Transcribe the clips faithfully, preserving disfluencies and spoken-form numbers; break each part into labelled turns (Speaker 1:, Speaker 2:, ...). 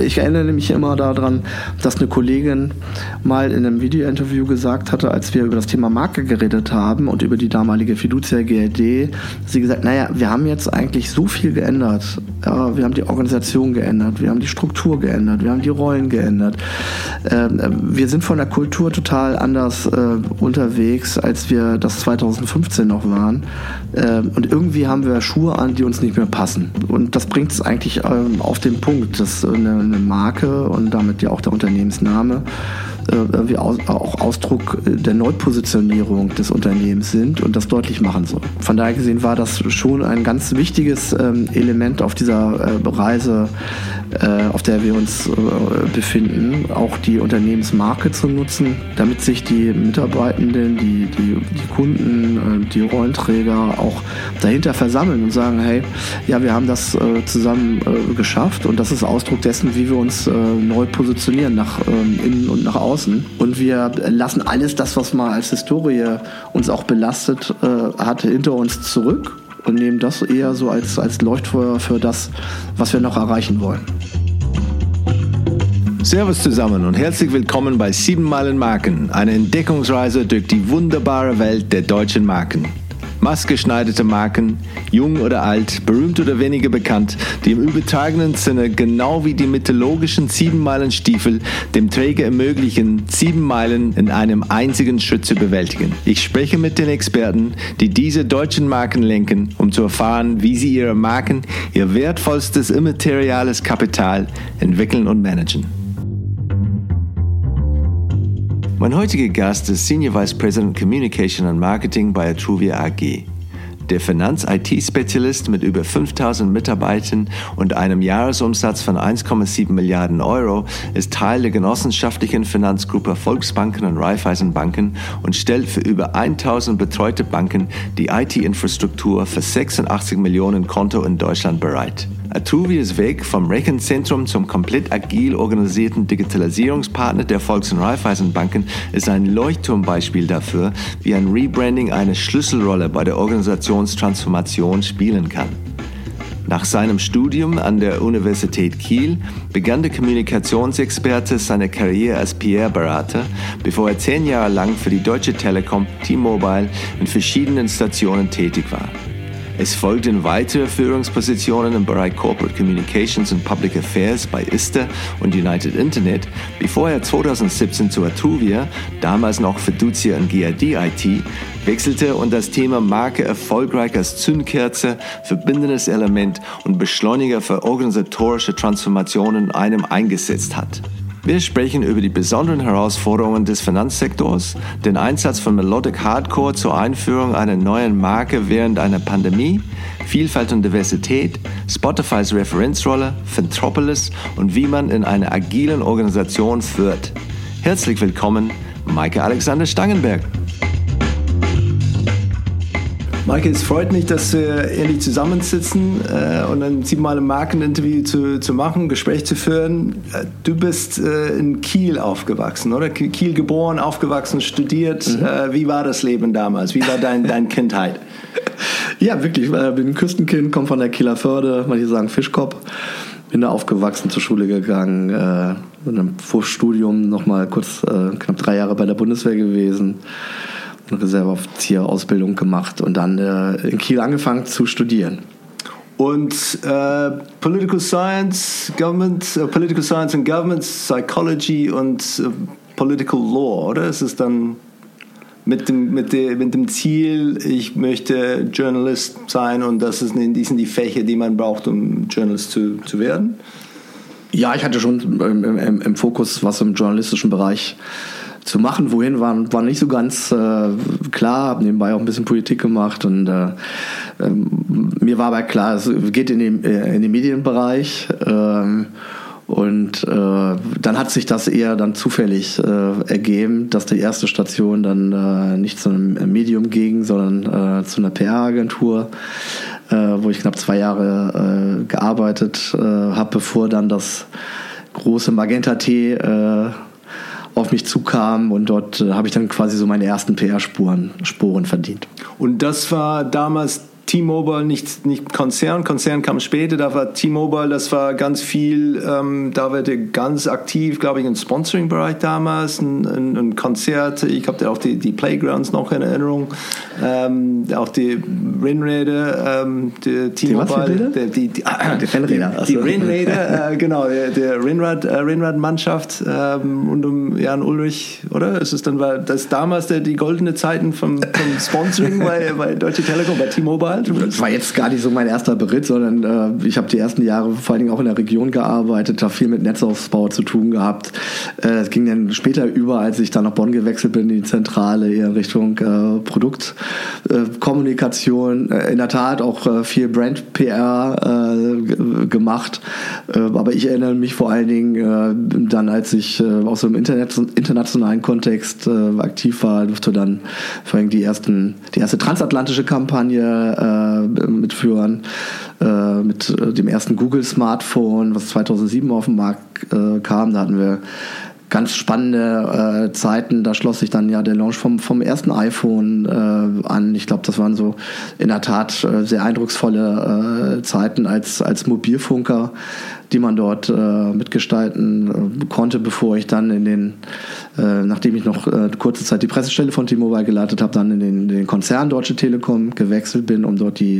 Speaker 1: ich erinnere mich immer daran, dass eine Kollegin mal in einem Videointerview gesagt hatte, als wir über das Thema Marke geredet haben und über die damalige Fiducia G R D, sie gesagt, naja, wir haben jetzt eigentlich so viel geändert. Ja, wir haben die Organisation geändert, wir haben die Struktur geändert, wir haben die Rollen geändert. Äh, wir sind von der Kultur total anders äh, unterwegs, als wir das zweitausendfünfzehn noch waren. Äh, und irgendwie haben wir Schuhe an, die uns nicht mehr passen. Und das bringt es eigentlich äh, auf den Punkt, dass eine, eine Marke und damit ja auch der Unternehmensname irgendwie auch Ausdruck der Neupositionierung des Unternehmens sind und das deutlich machen soll. Von daher gesehen war das schon ein ganz wichtiges Element auf dieser Reise, auf der wir uns befinden, auch die Unternehmensmarke zu nutzen, damit sich die Mitarbeitenden, die, die, die Kunden, die Rollenträger auch dahinter versammeln und sagen, hey, ja, wir haben das zusammen geschafft und das ist Ausdruck dessen, wie wir uns neu positionieren, nach innen und nach außen. Und wir lassen alles das, was mal als Historie uns auch belastet äh, hatte, hinter uns zurück und nehmen das eher so als, als Leuchtfeuer für das, was wir noch erreichen wollen.
Speaker 2: Servus zusammen und herzlich willkommen bei sieben Meilen Marken, eine Entdeckungsreise durch die wunderbare Welt der deutschen Marken. Maßgeschneiderte Marken, jung oder alt, berühmt oder weniger bekannt, die im übertragenen Sinne genau wie die mythologischen Sieben-Meilen-Stiefel dem Träger ermöglichen, sieben Meilen in einem einzigen Schritt zu bewältigen. Ich spreche mit den Experten, die diese deutschen Marken lenken, um zu erfahren, wie sie ihre Marken, ihr wertvollstes immateriales Kapital entwickeln und managen. Mein heutiger Gast ist Senior Vice President Communication and Marketing bei Atruvia A G. Der Finanz-I T-Spezialist mit über fünftausend Mitarbeitern und einem Jahresumsatz von eins Komma sieben Milliarden Euro ist Teil der genossenschaftlichen Finanzgruppe Volksbanken und Raiffeisenbanken und stellt für über tausend betreute Banken die I T-Infrastruktur für sechsundachtzig Millionen Konto in Deutschland bereit. Atruvias Weg vom Rechenzentrum zum komplett agil organisierten Digitalisierungspartner der Volks- und Raiffeisenbanken ist ein Leuchtturmbeispiel dafür, wie ein Rebranding eine Schlüsselrolle bei der Organisationstransformation spielen kann. Nach seinem Studium an der Universität Kiel begann der Kommunikationsexperte seine Karriere als P R-Berater, bevor er zehn Jahre lang für die Deutsche Telekom, T-Mobile in verschiedenen Stationen tätig war. Es folgten weitere Führungspositionen im Bereich Corporate Communications and Public Affairs bei Ista und United Internet, bevor er zweitausendsiebzehn zu Atruvia, damals noch Fiducia und G R D I T, wechselte und das Thema Marke erfolgreich als Zündkerze, verbindendes Element und Beschleuniger für organisatorische Transformationen in einem eingesetzt hat. Wir sprechen über die besonderen Herausforderungen des Finanzsektors, den Einsatz von Melodic Hardcore zur Einführung einer neuen Marke während einer Pandemie, Vielfalt und Diversität, Spotifys Referenzrolle, Fintropolis und wie man in einer agilen Organisation führt. Herzlich willkommen, Maike Alexander Stangenberg. Maike, es freut mich, dass wir endlich zusammensitzen äh, und ein siebenmal Markeninterview zu, zu machen, ein Gespräch zu führen. Du bist äh, in Kiel aufgewachsen, oder? Kiel geboren, aufgewachsen, studiert. Mhm. Äh, wie war das Leben damals? Wie war dein, deine Kindheit?
Speaker 1: Ja, wirklich. Ich bin ein Küstenkind, komme von der Kieler Förde, manche sagen Fischkopf. Bin da aufgewachsen, zur Schule gegangen, äh, mit einem Vorstudium nochmal kurz äh, knapp drei Jahre bei der Bundeswehr gewesen. Eine Reserveoffizierausbildung gemacht und dann äh, in Kiel angefangen zu studieren.
Speaker 2: Und äh, Political Science, Government, uh, Political Science and Government, Psychology und uh, Political Law, oder? Ist es dann mit dem, mit, de, mit dem Ziel, ich möchte Journalist sein und das ist, die sind die Fächer, die man braucht, um Journalist zu, zu werden?
Speaker 1: Ja, ich hatte schon im, im, im Fokus, was im journalistischen Bereich zu machen. Wohin war, war nicht so ganz äh, klar, habe nebenbei auch ein bisschen Politik gemacht und äh, äh, mir war aber klar, es geht in den, äh, in den Medienbereich äh, und äh, dann hat sich das eher dann zufällig äh, ergeben, dass die erste Station dann äh, nicht zu einem Medium ging, sondern äh, zu einer P R-Agentur, äh, wo ich knapp zwei Jahre äh, gearbeitet äh, habe, bevor dann das große Magenta T äh, auf mich zukam und dort äh, habe ich dann quasi so meine ersten P R-Spuren Spuren verdient.
Speaker 2: Und das war damals T-Mobile, nicht, nicht Konzern, Konzern kam später, da war T-Mobile, das war ganz viel, ähm, da war der ganz aktiv, glaube ich, im Sponsoring-Bereich damals, ein, ein, ein Konzert, ich habe da auch die, die Playgrounds noch in Erinnerung, ähm, auch die Rennräder, ähm, die T-Mobile, die, die, die, ah, die Rennräder, die, die Rennräder, äh, genau, der, der Rennrad, äh, Rennradmannschaft ähm, und um Jan Ulrich, oder? Ist es dann, war das damals der, die goldene Zeiten vom, vom Sponsoring bei, bei Deutsche Telekom, bei T-Mobile?
Speaker 1: Das war jetzt gar nicht so mein erster Beritt, sondern äh, ich habe die ersten Jahre vor allen Dingen auch in der Region gearbeitet, habe viel mit Netzausbau zu tun gehabt. Es äh, ging dann später über, als ich dann nach Bonn gewechselt bin, in die Zentrale eher in Richtung äh, Produktkommunikation. Äh, in der Tat auch äh, viel Brand-P R äh, g- gemacht. Äh, aber ich erinnere mich vor allen Dingen äh, dann, als ich äh, auch so im Internet, internationalen Kontext äh, aktiv war, durfte dann vor allem die, ersten, die erste transatlantische Kampagne äh, mitführen, äh, mit äh, dem ersten Google-Smartphone, was zweitausendsieben auf den Markt äh, kam. Da hatten wir ganz spannende äh, Zeiten. Da schloss sich dann ja der Launch vom, vom ersten iPhone äh, an. Ich glaube, das waren so in der Tat äh, sehr eindrucksvolle äh, Zeiten als, als Mobilfunker, die man dort äh, mitgestalten äh, konnte, bevor ich dann in den, äh, nachdem ich noch äh, kurze Zeit die Pressestelle von T-Mobile geleitet habe, dann in den, in den Konzern Deutsche Telekom gewechselt bin, um dort die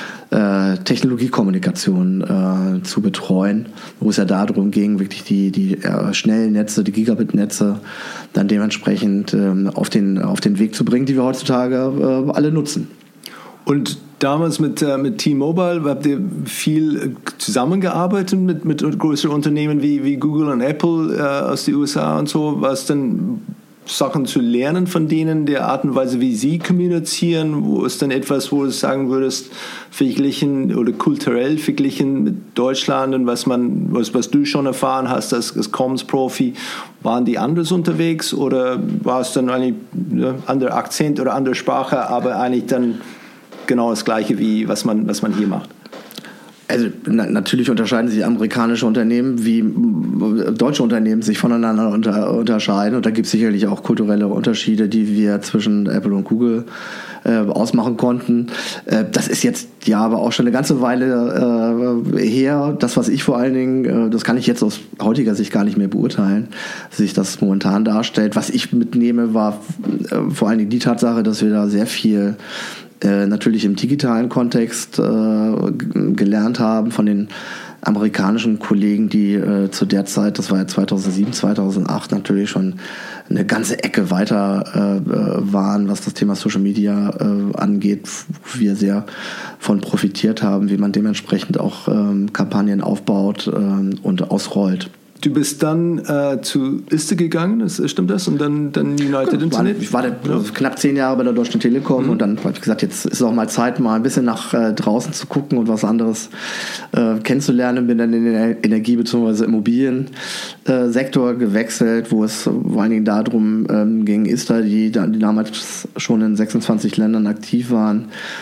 Speaker 1: äh, Technologiekommunikation äh, zu betreuen, wo es ja darum ging, wirklich die, die äh, schnellen Netze, die Gigabit-Netze dann dementsprechend äh, auf den, auf den Weg zu bringen, die wir heutzutage äh, alle nutzen.
Speaker 2: Und damals mit, äh, mit T-Mobile habt ihr viel zusammengearbeitet mit, mit größeren Unternehmen wie, wie Google und Apple äh, aus den U S A und so. War es dann Sachen zu lernen von denen, der Art und Weise, wie sie kommunizieren? Wo ist dann etwas, wo du sagen würdest, verglichen oder kulturell verglichen mit Deutschland und was man, was, was du schon erfahren hast als, als Comms-Profi, waren die anders unterwegs oder war es dann eigentlich ja, anderer Akzent oder andere Sprache, aber eigentlich dann genau das Gleiche, wie was man, was man hier macht?
Speaker 1: Also na, natürlich unterscheiden sich amerikanische Unternehmen wie deutsche Unternehmen sich voneinander unter, unterscheiden und da gibt es sicherlich auch kulturelle Unterschiede, die wir zwischen Apple und Google äh, ausmachen konnten. Äh, das ist jetzt ja aber auch schon eine ganze Weile äh, her. Das, was ich vor allen Dingen, äh, das kann ich jetzt aus heutiger Sicht gar nicht mehr beurteilen, wie sich das momentan darstellt. Was ich mitnehme, war äh, vor allen Dingen die Tatsache, dass wir da sehr viel Äh, natürlich im digitalen Kontext äh, g- gelernt haben von den amerikanischen Kollegen, die äh, zu der Zeit, das war ja zweitausendsieben, zweitausendacht, natürlich schon eine ganze Ecke weiter äh, waren, was das Thema Social Media äh, angeht, wo wir sehr von profitiert haben, wie man dementsprechend auch ähm, Kampagnen aufbaut äh, und ausrollt.
Speaker 2: Du bist dann äh, zu Iste gegangen, ist, stimmt das? Und dann, dann United
Speaker 1: ich war,
Speaker 2: Internet?
Speaker 1: Ich war da knapp zehn Jahre bei der Deutschen Telekom mhm. und dann habe ich gesagt, jetzt ist auch mal Zeit, mal ein bisschen nach äh, draußen zu gucken und was anderes äh, kennenzulernen. Bin dann in den Energie- bzw. Immobiliensektor äh, gewechselt, wo es vor allen Dingen darum ähm, ging, Ista, die, die damals schon in sechsundzwanzig Ländern aktiv waren,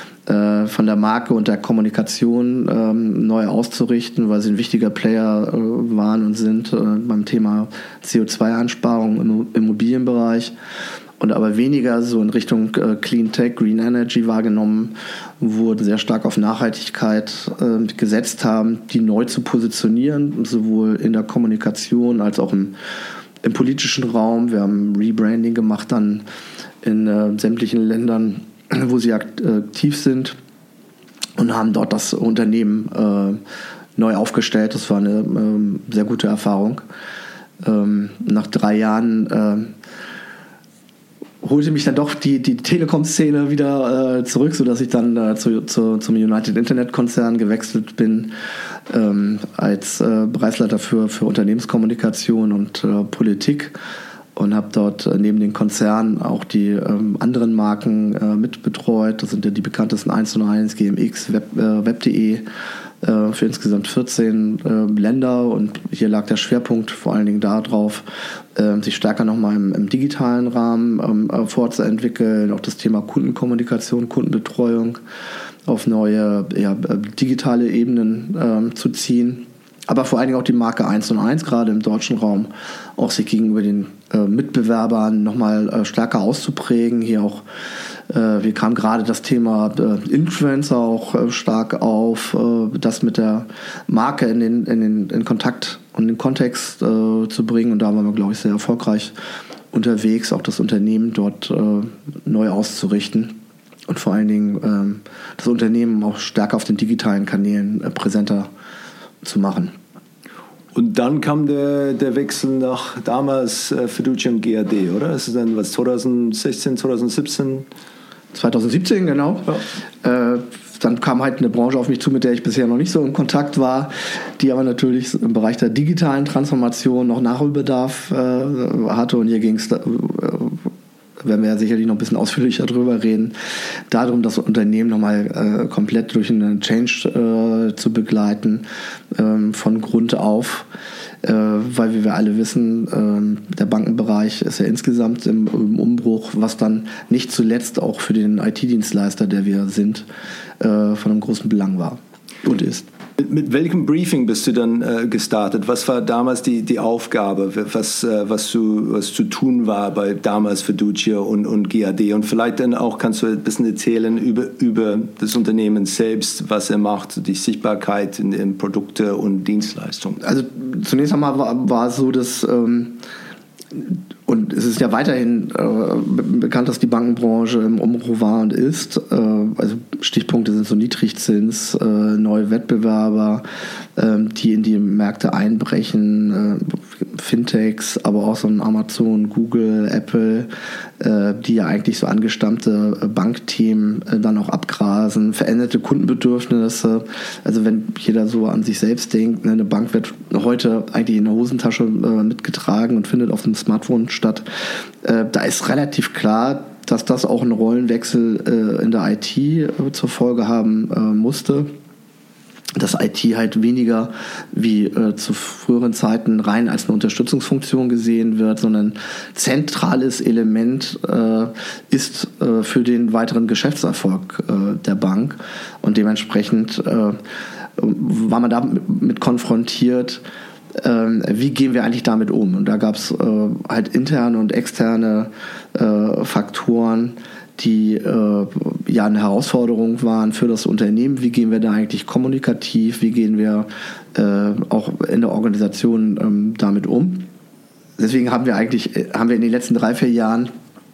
Speaker 1: von der Marke und der Kommunikation ähm, neu auszurichten, weil sie ein wichtiger Player äh, waren und sind äh, beim Thema C O zwei Einsparung im Immobilienbereich und aber weniger so in Richtung äh, Clean Tech, Green Energy wahrgenommen wurden, sehr stark auf Nachhaltigkeit äh, gesetzt haben, die neu zu positionieren, sowohl in der Kommunikation als auch im, im politischen Raum. Wir haben Rebranding gemacht dann in äh, sämtlichen Ländern, wo sie aktiv sind und haben dort das Unternehmen äh, neu aufgestellt. Das war eine äh, sehr gute Erfahrung. Ähm, nach drei Jahren äh, holte mich dann doch die, die Telekom-Szene wieder äh, zurück, sodass ich dann äh, zu, zu, zum United Internet Konzern gewechselt bin, ähm, als äh, Bereichsleiter für, für Unternehmenskommunikation und äh, Politik. Und habe dort neben den Konzernen auch die ähm, anderen Marken äh, mitbetreut. Das sind ja die bekanntesten eins und eins, G M X, Web, äh, Web.de äh, für insgesamt vierzehn äh, Länder. Und hier lag der Schwerpunkt vor allen Dingen darauf, äh, sich stärker nochmal im, im digitalen Rahmen ähm, äh, fortzuentwickeln. Auch das Thema Kundenkommunikation, Kundenbetreuung auf neue ja, digitale Ebenen äh, zu ziehen. Aber vor allen Dingen auch die Marke eins und eins, gerade im deutschen Raum, auch sich gegenüber den äh, Mitbewerbern nochmal äh, stärker auszuprägen, hier auch Äh, wir kamen gerade das Thema äh, Influencer auch äh, stark auf, äh, das mit der Marke in den, in den in Kontakt und in den Kontext äh, zu bringen. Und da waren wir, glaube ich, sehr erfolgreich unterwegs, auch das Unternehmen dort äh, neu auszurichten und vor allen Dingen äh, das Unternehmen auch stärker auf den digitalen Kanälen äh, präsenter zu machen.
Speaker 2: Und dann kam der, der Wechsel nach damals äh, Fiducia und G A D, oder? Das ist dann was, zwanzig sechzehn, zwanzig siebzehn?
Speaker 1: zwanzig siebzehn, genau. Ja. Äh, dann kam halt eine Branche auf mich zu, mit der ich bisher noch nicht so in Kontakt war, die aber natürlich im Bereich der digitalen Transformation noch Nachholbedarf äh, hatte. Und hier ging es, äh, werden wir ja sicherlich noch ein bisschen ausführlicher drüber reden, darum, das Unternehmen nochmal äh, komplett durch einen Change äh, zu begleiten, äh, von Grund auf. Äh, weil, wie wir alle wissen, äh, der Bankenbereich ist ja insgesamt im, im Umbruch, was dann nicht zuletzt auch für den I T-Dienstleister, der wir sind, äh, von einem großen Belang war und ist.
Speaker 2: Mit, mit welchem Briefing bist du dann äh, gestartet? Was war damals die, die Aufgabe, was, äh, was, zu, was zu tun war bei damals Fiducia und, und G A D? Und vielleicht dann auch kannst du ein bisschen erzählen über, über das Unternehmen selbst, was er macht, die Sichtbarkeit in, in Produkte und Dienstleistungen.
Speaker 1: Also zunächst einmal war, war es so, dass ähm, und es ist ja weiterhin äh, bekannt, dass die Bankenbranche im Umbruch war und ist. Äh, also Stichpunkte sind so Niedrigzins, äh, neue Wettbewerber, äh, die in die Märkte einbrechen, äh, Fintechs, aber auch so ein Amazon, Google, Apple, äh, die ja eigentlich so angestammte Bankthemen äh, dann auch abgrasen, veränderte Kundenbedürfnisse. Also wenn jeder so an sich selbst denkt, ne, eine Bank wird heute eigentlich in der Hosentasche äh, mitgetragen und findet auf dem Smartphone statt. Äh, da ist relativ klar, dass das auch einen Rollenwechsel äh, in der I T äh, zur Folge haben äh, musste. Dass I T halt weniger wie äh, zu früheren Zeiten rein als eine Unterstützungsfunktion gesehen wird, sondern zentrales Element äh, ist äh, für den weiteren Geschäftserfolg äh, der Bank. Und dementsprechend äh, war man damit konfrontiert, wie gehen wir eigentlich damit um? Und da gab es äh, halt interne und externe äh, Faktoren, die äh, ja eine Herausforderung waren für das Unternehmen. Wie gehen wir da eigentlich kommunikativ? Wie gehen wir äh, auch in der Organisation ähm, damit um? Deswegen haben wir eigentlich haben wir in den letzten drei, vier Jahren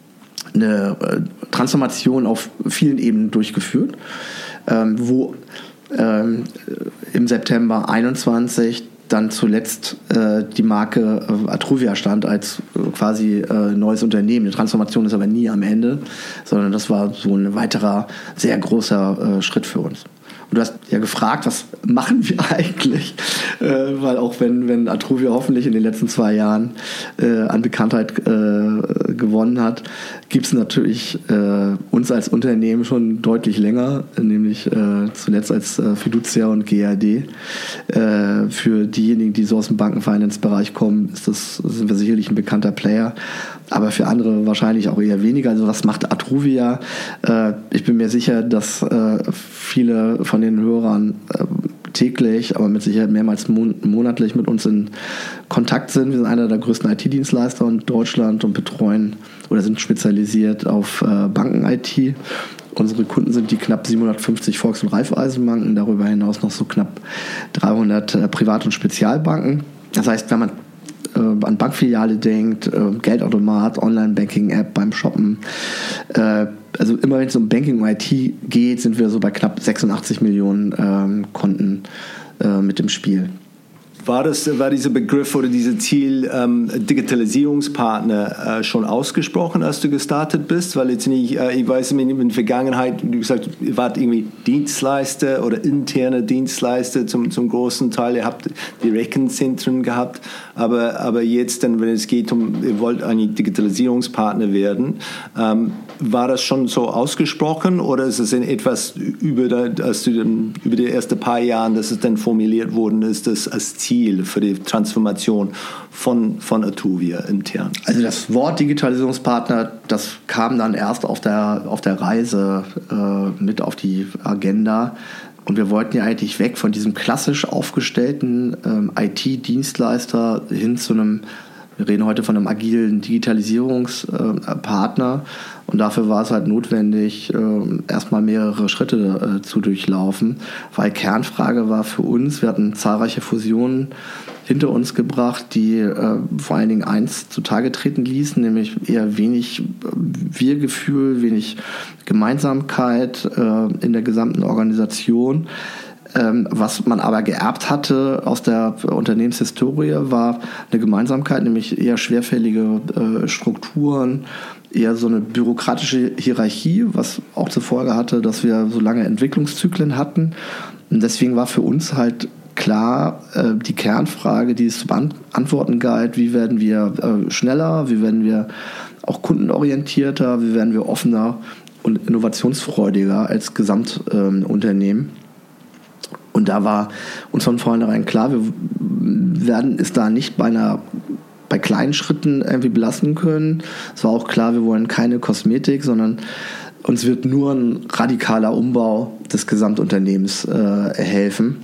Speaker 1: eine äh, Transformation auf vielen Ebenen durchgeführt, ähm, wo ähm, im September einundzwanzig dann zuletzt äh, die Marke äh, Atruvia stand als äh, quasi äh, neues Unternehmen. Die Transformation ist aber nie am Ende, sondern das war so ein weiterer, sehr großer äh, Schritt für uns. Und du hast ja gefragt, was machen wir eigentlich? Äh, weil auch wenn, wenn Atruvia hoffentlich in den letzten zwei Jahren äh, an Bekanntheit äh, gewonnen hat, gibt es natürlich äh, uns als Unternehmen schon deutlich länger, nämlich äh, zuletzt als äh, Fiducia und G A D. Äh, für diejenigen, die so aus dem Banken-Finance-Bereich kommen, ist das, sind wir sicherlich ein bekannter Player. Aber für andere wahrscheinlich auch eher weniger. Also was macht Atruvia? Äh, ich bin mir sicher, dass äh, viele von den Hörern äh, täglich, aber mit Sicherheit mehrmals mon- monatlich mit uns in Kontakt sind. Wir sind einer der größten I T-Dienstleister in Deutschland und betreuen oder sind spezialisiert auf äh, Banken-I T. Unsere Kunden sind die knapp siebenhundertfünfzig Volks- und Raiffeisenbanken, darüber hinaus noch so knapp dreihundert äh, Privat- und Spezialbanken. Das heißt, wenn man an Bankfiliale denkt, Geldautomat, Online-Banking-App beim Shoppen. Also immer wenn es um Banking und I T geht, sind wir so bei knapp sechsundachtzig Millionen Konten mit im Spiel.
Speaker 2: War, das, war dieser Begriff oder dieses Ziel ähm, Digitalisierungspartner äh, schon ausgesprochen, als du gestartet bist? Weil jetzt nicht, äh, ich weiß, in der Vergangenheit, du gesagt, ihr wart irgendwie Dienstleister oder interne Dienstleister zum, zum großen Teil. Ihr habt die Rechenzentren gehabt, aber, aber jetzt, dann, wenn es geht um, ihr wollt ein Digitalisierungspartner werden, ähm, war das schon so ausgesprochen oder ist es in etwas über, der, als du dann, über die ersten paar Jahre, dass es dann formuliert worden ist, das als Ziel für die Transformation von, von Atruvia intern?
Speaker 1: Also das Wort Digitalisierungspartner, das kam dann erst auf der, auf der Reise äh, mit auf die Agenda. Und wir wollten ja eigentlich weg von diesem klassisch aufgestellten ähm, I T-Dienstleister hin zu einem, wir reden heute von einem agilen Digitalisierungspartner. Und dafür war es halt notwendig, erstmal mehrere Schritte zu durchlaufen, weil Kernfrage war für uns, wir hatten zahlreiche Fusionen hinter uns gebracht, die äh, vor allen Dingen eins zutage treten ließen, nämlich eher wenig Wir-Gefühl, wenig Gemeinsamkeit äh, in der gesamten Organisation. Ähm, was man aber geerbt hatte aus der Unternehmenshistorie, war eine Gemeinsamkeit, nämlich eher schwerfällige äh, Strukturen, eher so eine bürokratische Hierarchie, was auch zur Folge hatte, dass wir so lange Entwicklungszyklen hatten. Und deswegen war für uns halt klar, äh, die Kernfrage, die es zu beantworten galt, wie werden wir äh, schneller, wie werden wir auch kundenorientierter, wie werden wir offener und innovationsfreudiger als Gesamtunternehmen. Ähm, und da war uns von vornherein klar, wir werden es da nicht bei einer bei kleinen Schritten irgendwie belassen können. Es war auch klar, wir wollen keine Kosmetik, sondern uns wird nur ein radikaler Umbau des Gesamtunternehmens äh, helfen.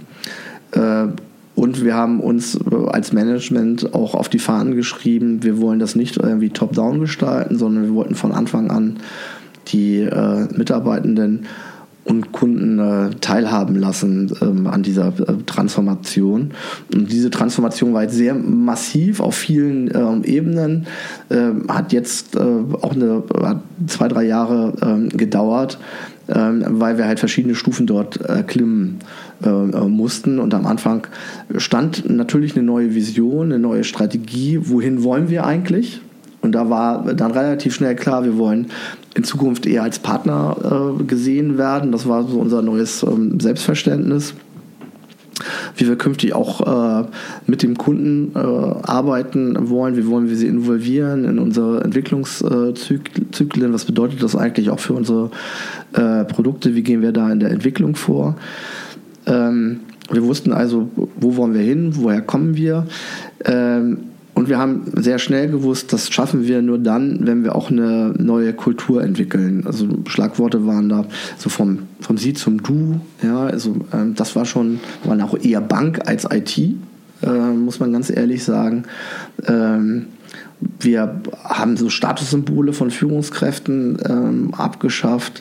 Speaker 1: Und wir haben uns als Management auch auf die Fahnen geschrieben, wir wollen das nicht irgendwie top-down gestalten, sondern wir wollten von Anfang an die äh, Mitarbeitenden und Kunden äh, teilhaben lassen ähm, an dieser äh, Transformation. Und diese Transformation war jetzt sehr massiv auf vielen äh, Ebenen, äh, hat jetzt äh, auch eine, hat zwei, drei Jahre äh, gedauert, äh, weil wir halt verschiedene Stufen dort erklimmen äh, mussten. Und am Anfang stand natürlich eine neue Vision, eine neue Strategie. Wohin wollen wir eigentlich? Und da war dann relativ schnell klar, wir wollen in Zukunft eher als Partner äh, gesehen werden. Das war so unser neues ähm, Selbstverständnis. Wie wir künftig auch äh, mit dem Kunden äh, arbeiten wollen. Wie wollen wir sie involvieren in unsere Entwicklungszyklen? Was bedeutet das eigentlich auch für unsere äh, Produkte? Wie gehen wir da in der Entwicklung vor? Ähm, wir wussten also, wo wollen wir hin? Woher kommen wir? Ähm, Und wir haben sehr schnell gewusst, das schaffen wir nur dann, wenn wir auch eine neue Kultur entwickeln. Also Schlagworte waren da so vom, vom Sie zum Du. Ja, also ähm, das war schon, wir waren auch eher Bank als I T, äh, muss man ganz ehrlich sagen. Ähm, wir haben so Statussymbole von Führungskräften ähm, abgeschafft.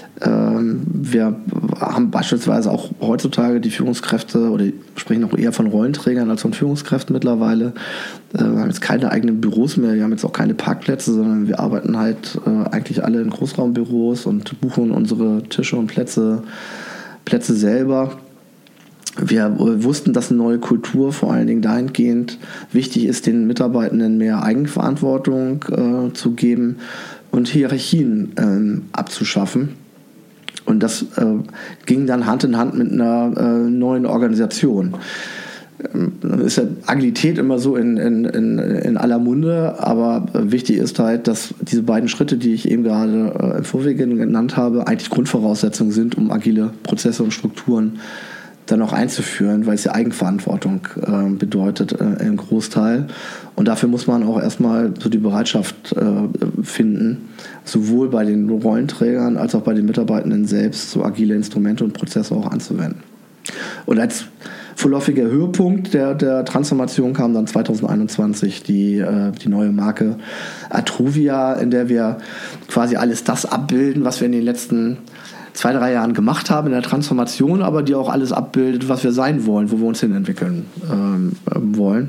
Speaker 1: Wir haben beispielsweise auch heutzutage die Führungskräfte, oder sprechen auch eher von Rollenträgern als von Führungskräften mittlerweile. Wir haben jetzt keine eigenen Büros mehr, wir haben jetzt auch keine Parkplätze, sondern wir arbeiten halt eigentlich alle in Großraumbüros und buchen unsere Tische und Plätze, Plätze selber. Wir wussten, dass eine neue Kultur vor allen Dingen dahingehend wichtig ist, den Mitarbeitenden mehr Eigenverantwortung äh, zu geben und Hierarchien äh, abzuschaffen. Und das äh, ging dann Hand in Hand mit einer äh, neuen Organisation. Ähm, ist ja Agilität immer so in, in, in, in aller Munde, aber äh, wichtig ist halt, dass diese beiden Schritte, die ich eben gerade äh, im Vorweg genannt habe, eigentlich Grundvoraussetzungen sind, um agile Prozesse und Strukturen dann auch einzuführen, weil es ja Eigenverantwortung äh, bedeutet äh, im Großteil. Und dafür muss man auch erstmal so die Bereitschaft äh, finden, sowohl bei den Rollenträgern als auch bei den Mitarbeitenden selbst so agile Instrumente und Prozesse auch anzuwenden. Und als vorläufiger Höhepunkt der, der Transformation kam dann zwanzig einundzwanzig die, äh, die neue Marke Atruvia, in der wir quasi alles das abbilden, was wir in den letzten zwei, drei Jahren gemacht haben in der Transformation, aber die auch alles abbildet, was wir sein wollen, wo wir uns hin entwickeln ähm, wollen.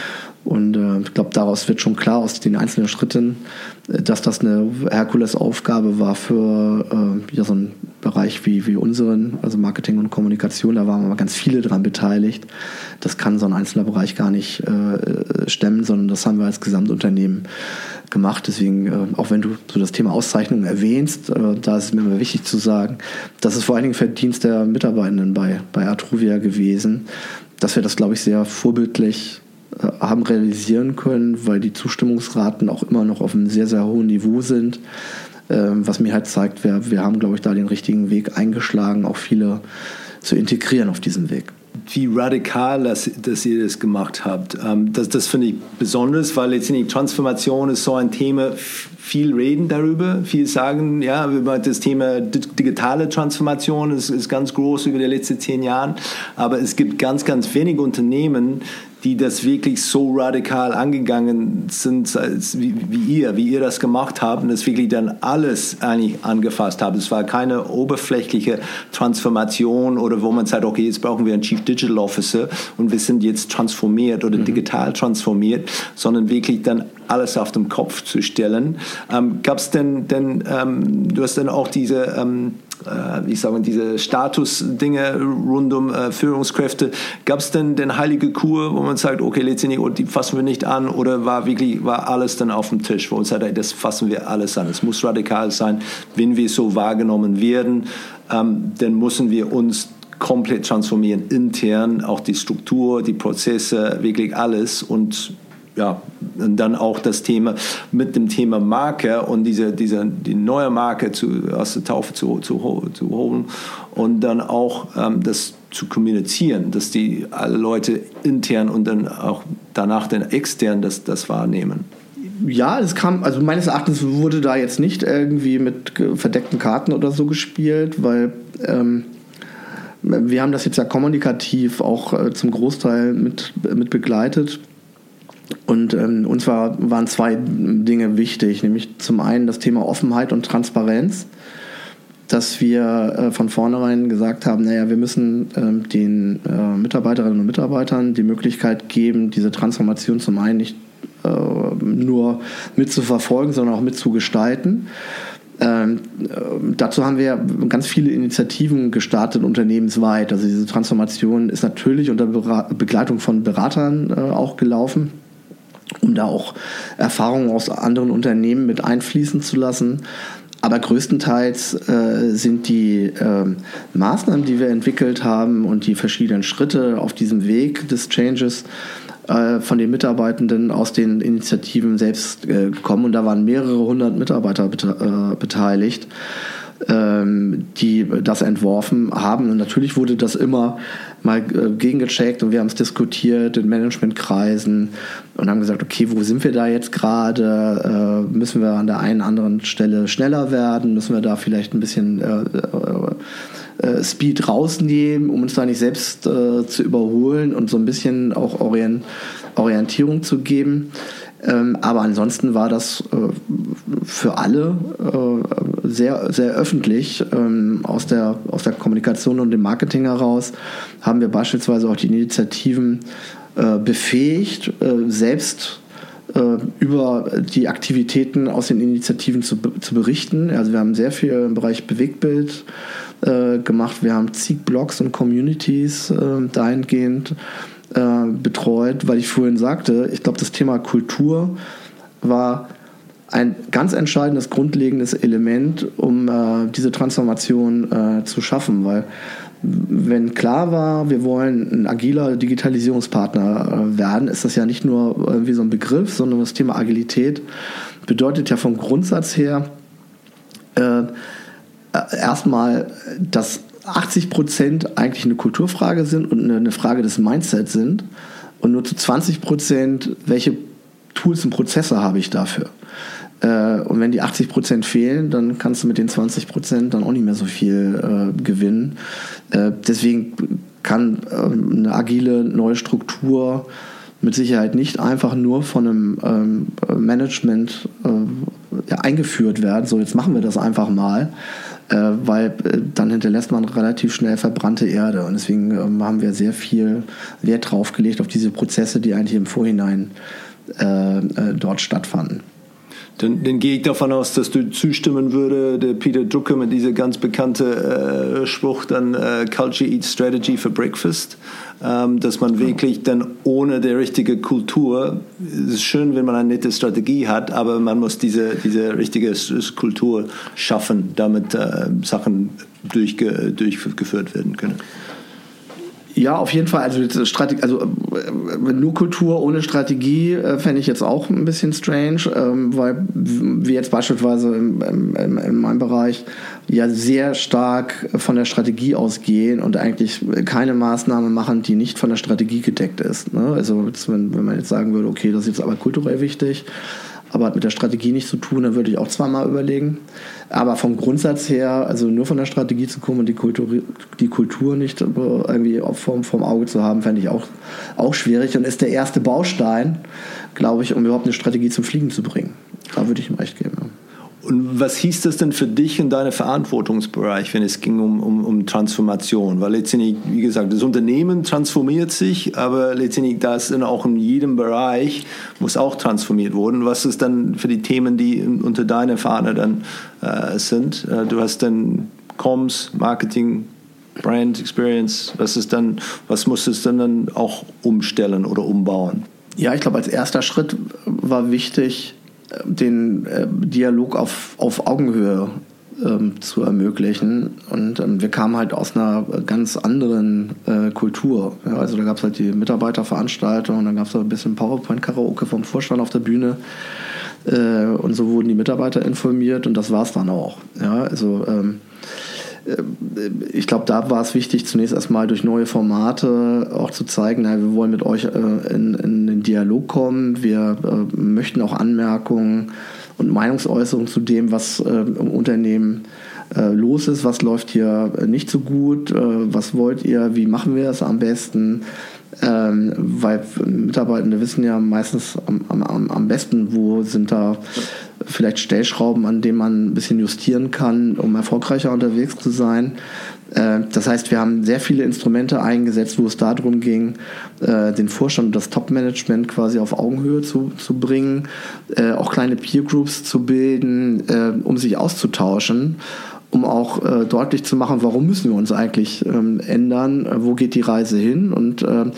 Speaker 1: Und äh, ich glaube, daraus wird schon klar aus den einzelnen Schritten, dass das eine Herkulesaufgabe war für äh, ja, so einen Bereich wie, wie unseren, also Marketing und Kommunikation. Da waren aber ganz viele dran beteiligt. Das kann so ein einzelner Bereich gar nicht äh, stemmen, sondern das haben wir als Gesamtunternehmen gemacht. Deswegen, äh, auch wenn du so das Thema Auszeichnungen erwähnst, äh, da ist es mir immer wichtig zu sagen, das ist vor allen Dingen Verdienst der Mitarbeitenden bei, bei Atruvia gewesen, dass wir das, glaube ich, sehr vorbildlich haben realisieren können, weil die Zustimmungsraten auch immer noch auf einem sehr, sehr hohen Niveau sind. Ähm, was mir halt zeigt, wir, wir haben, glaube ich, da den richtigen Weg eingeschlagen, auch viele zu integrieren auf diesem Weg.
Speaker 3: Wie radikal, dass, dass ihr das gemacht habt. Ähm, das, das finde ich besonders, weil letztendlich Transformation ist so ein Thema, viel reden darüber, viel sagen, ja, über das Thema digitale Transformation ist, ist ganz groß über die letzten zehn Jahre, aber es gibt ganz, ganz wenige Unternehmen, die das wirklich so radikal angegangen sind, als wie, wie ihr, wie ihr das gemacht habt und das wirklich dann alles eigentlich angefasst habt. Es war keine oberflächliche Transformation oder wo man sagt, okay, jetzt brauchen wir einen Chief Digital Officer und wir sind jetzt transformiert oder mhm. digital transformiert, sondern wirklich dann alles auf den Kopf zu stellen. Ähm, gab es denn, denn ähm, du hast dann auch diese, ähm, äh, ich sage mal, diese Status-Dinge rund um äh, Führungskräfte. Gab es denn den heilige Kur, wo man sagt, okay, letztendlich, die fassen wir nicht an, oder war wirklich, war alles dann auf dem Tisch, wo man sagt, das fassen wir alles an. Es muss radikal sein, wenn wir so wahrgenommen werden, ähm, dann müssen wir uns komplett transformieren, intern, auch die Struktur, die Prozesse, wirklich alles. Und ja, und dann auch das Thema mit dem Thema Marke und diese, diese die neue Marke zu, aus der Taufe zu, zu, zu holen und dann auch ähm, das zu kommunizieren, dass die alle Leute intern und dann auch danach dann extern das, das wahrnehmen.
Speaker 1: Ja, es kam, also meines Erachtens wurde da jetzt nicht irgendwie mit verdeckten Karten oder so gespielt, weil ähm, wir haben das jetzt ja kommunikativ auch äh, zum Großteil mit, mit begleitet. Und ähm, uns war, waren zwei Dinge wichtig, nämlich zum einen das Thema Offenheit und Transparenz, dass wir äh, von vornherein gesagt haben, naja, wir müssen ähm, den äh, Mitarbeiterinnen und Mitarbeitern die Möglichkeit geben, diese Transformation zum einen nicht äh, nur mitzuverfolgen, sondern auch mitzugestalten. Ähm, äh, dazu haben wir ganz viele Initiativen gestartet, unternehmensweit. Also diese Transformation ist natürlich unter Bera- Begleitung von Beratern äh, auch gelaufen, um da auch Erfahrungen aus anderen Unternehmen mit einfließen zu lassen. Aber größtenteils äh, sind die äh, Maßnahmen, die wir entwickelt haben und die verschiedenen Schritte auf diesem Weg des Changes äh, von den Mitarbeitenden aus den Initiativen selbst äh, gekommen. Und da waren mehrere hundert Mitarbeiter bete- äh, beteiligt, ähm, die das entworfen haben. Und natürlich wurde das immer mal äh, gegengecheckt und wir haben es diskutiert in Managementkreisen und haben gesagt, okay, wo sind wir da jetzt gerade? Äh, müssen wir an der einen anderen Stelle schneller werden? Müssen wir da vielleicht ein bisschen äh, äh, Speed rausnehmen, um uns da nicht selbst äh, zu überholen und so ein bisschen auch Orient- Orientierung zu geben? Ähm, aber ansonsten war das äh, für alle äh, sehr, sehr öffentlich. Ähm, aus der, aus der Kommunikation und dem Marketing heraus haben wir beispielsweise auch die Initiativen äh, befähigt, äh, selbst äh, über die Aktivitäten aus den Initiativen zu, zu berichten. Also wir haben sehr viel im Bereich Bewegtbild äh, gemacht. Wir haben zig Blogs und Communities äh, dahingehend betreut, weil ich vorhin sagte, ich glaube, das Thema Kultur war ein ganz entscheidendes, grundlegendes Element, um äh, diese Transformation äh, zu schaffen, weil wenn klar war, wir wollen ein agiler Digitalisierungspartner äh, werden, ist das ja nicht nur irgendwie so ein Begriff, sondern das Thema Agilität bedeutet ja vom Grundsatz her äh, erstmal, dass achtzig Prozent eigentlich eine Kulturfrage sind und eine Frage des Mindsets sind und nur zu zwanzig Prozent, welche Tools und Prozesse habe ich dafür. Und wenn die achtzig Prozent fehlen, dann kannst du mit den zwanzig Prozent dann auch nicht mehr so viel äh, gewinnen. Äh, deswegen kann äh, eine agile neue Struktur mit Sicherheit nicht einfach nur von einem ähm, Management äh, ja, eingeführt werden. So, jetzt machen wir das einfach mal. Äh, weil äh, dann hinterlässt man relativ schnell verbrannte Erde. Und deswegen ähm, haben wir sehr viel Wert drauf gelegt auf diese Prozesse, die eigentlich im Vorhinein äh, äh, dort stattfanden.
Speaker 3: Dann, dann gehe ich davon aus, dass du zustimmen würde, der Peter Drucker mit dieser ganz bekannte äh, Spruch, dann äh, Culture Eats Strategy for Breakfast, ähm, dass man wirklich dann ohne die richtige Kultur, es ist schön, wenn man eine nette Strategie hat, aber man muss diese, diese richtige Kultur schaffen, damit äh, Sachen durchge, durchgeführt werden können.
Speaker 1: Ja, auf jeden Fall. Also, Strategie, also äh, nur Kultur ohne Strategie äh, fände ich jetzt auch ein bisschen strange, ähm, weil wir jetzt beispielsweise im, im, in meinem Bereich ja sehr stark von der Strategie ausgehen und eigentlich keine Maßnahme machen, die nicht von der Strategie gedeckt ist. Ne? Also wenn, wenn man jetzt sagen würde, okay, das ist jetzt aber kulturell wichtig, aber hat mit der Strategie nichts zu tun, dann würde ich auch zweimal überlegen. Aber vom Grundsatz her, also nur von der Strategie zu kommen und die Kultur, die Kultur nicht irgendwie vom, vom Auge zu haben, fände ich auch, auch schwierig und ist der erste Baustein, glaube ich, um überhaupt eine Strategie zum Fliegen zu bringen. Da würde ich ihm recht geben. Ja.
Speaker 3: Und was hieß das denn für dich in deinem Verantwortungsbereich, wenn es ging um, um, um Transformation? Weil letztendlich, wie gesagt, das Unternehmen transformiert sich, aber letztendlich das dann auch in jedem Bereich muss auch transformiert werden. Was ist dann für die Themen, die unter deiner Fahne dann äh, sind? Äh, du hast dann Comms, Marketing, Brand, Experience. Was ist dann, was musstest du dann auch umstellen oder umbauen?
Speaker 1: Ja, ich glaube, als erster Schritt war wichtig, den äh, Dialog auf, auf Augenhöhe ähm, zu ermöglichen. Und ähm, wir kamen halt aus einer ganz anderen äh, Kultur. Ja, also da gab es halt die Mitarbeiterveranstaltung und dann gab es ein bisschen PowerPoint-Karaoke vom Vorstand auf der Bühne. Äh, und so wurden die Mitarbeiter informiert und das war es dann auch. Ja, also ähm, ich glaube, da war es wichtig, zunächst erstmal durch neue Formate auch zu zeigen, na, wir wollen mit euch äh, in, in den Dialog kommen, wir äh, möchten auch Anmerkungen und Meinungsäußerungen zu dem, was äh, im Unternehmen äh, los ist, was läuft hier nicht so gut, äh, was wollt ihr, wie machen wir es am besten, ähm, weil Mitarbeitende wissen ja meistens am, am, am besten, wo sind da vielleicht Stellschrauben, an denen man ein bisschen justieren kann, um erfolgreicher unterwegs zu sein. Das heißt, wir haben sehr viele Instrumente eingesetzt, wo es darum ging, den Vorstand und das Top-Management quasi auf Augenhöhe zu, zu bringen, auch kleine Peer-Groups zu bilden, um sich auszutauschen, um auch äh, deutlich zu machen, warum müssen wir uns eigentlich ähm, ändern, äh, wo geht die Reise hin und äh, äh,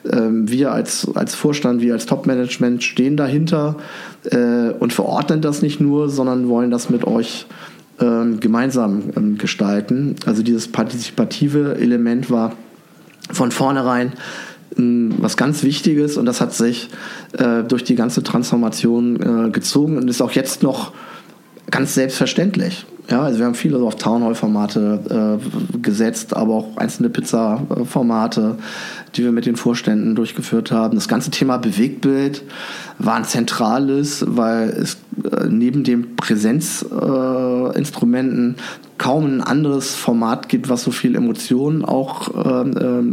Speaker 1: wir als, als Vorstand, wir als Top-Management stehen dahinter äh, und verordnen das nicht nur, sondern wollen das mit euch äh, gemeinsam äh, gestalten. Also dieses partizipative Element war von vornherein äh, was ganz Wichtiges und das hat sich äh, durch die ganze Transformation äh, gezogen und ist auch jetzt noch ganz selbstverständlich. Ja, also wir haben viele so auf Townhall-Formate äh, gesetzt, aber auch einzelne Pizza-Formate, die wir mit den Vorständen durchgeführt haben. Das ganze Thema Bewegtbild war ein zentrales, weil es äh, neben den Präsenzinstrumenten äh, kaum ein anderes Format gibt, was so viel Emotionen auch äh, äh,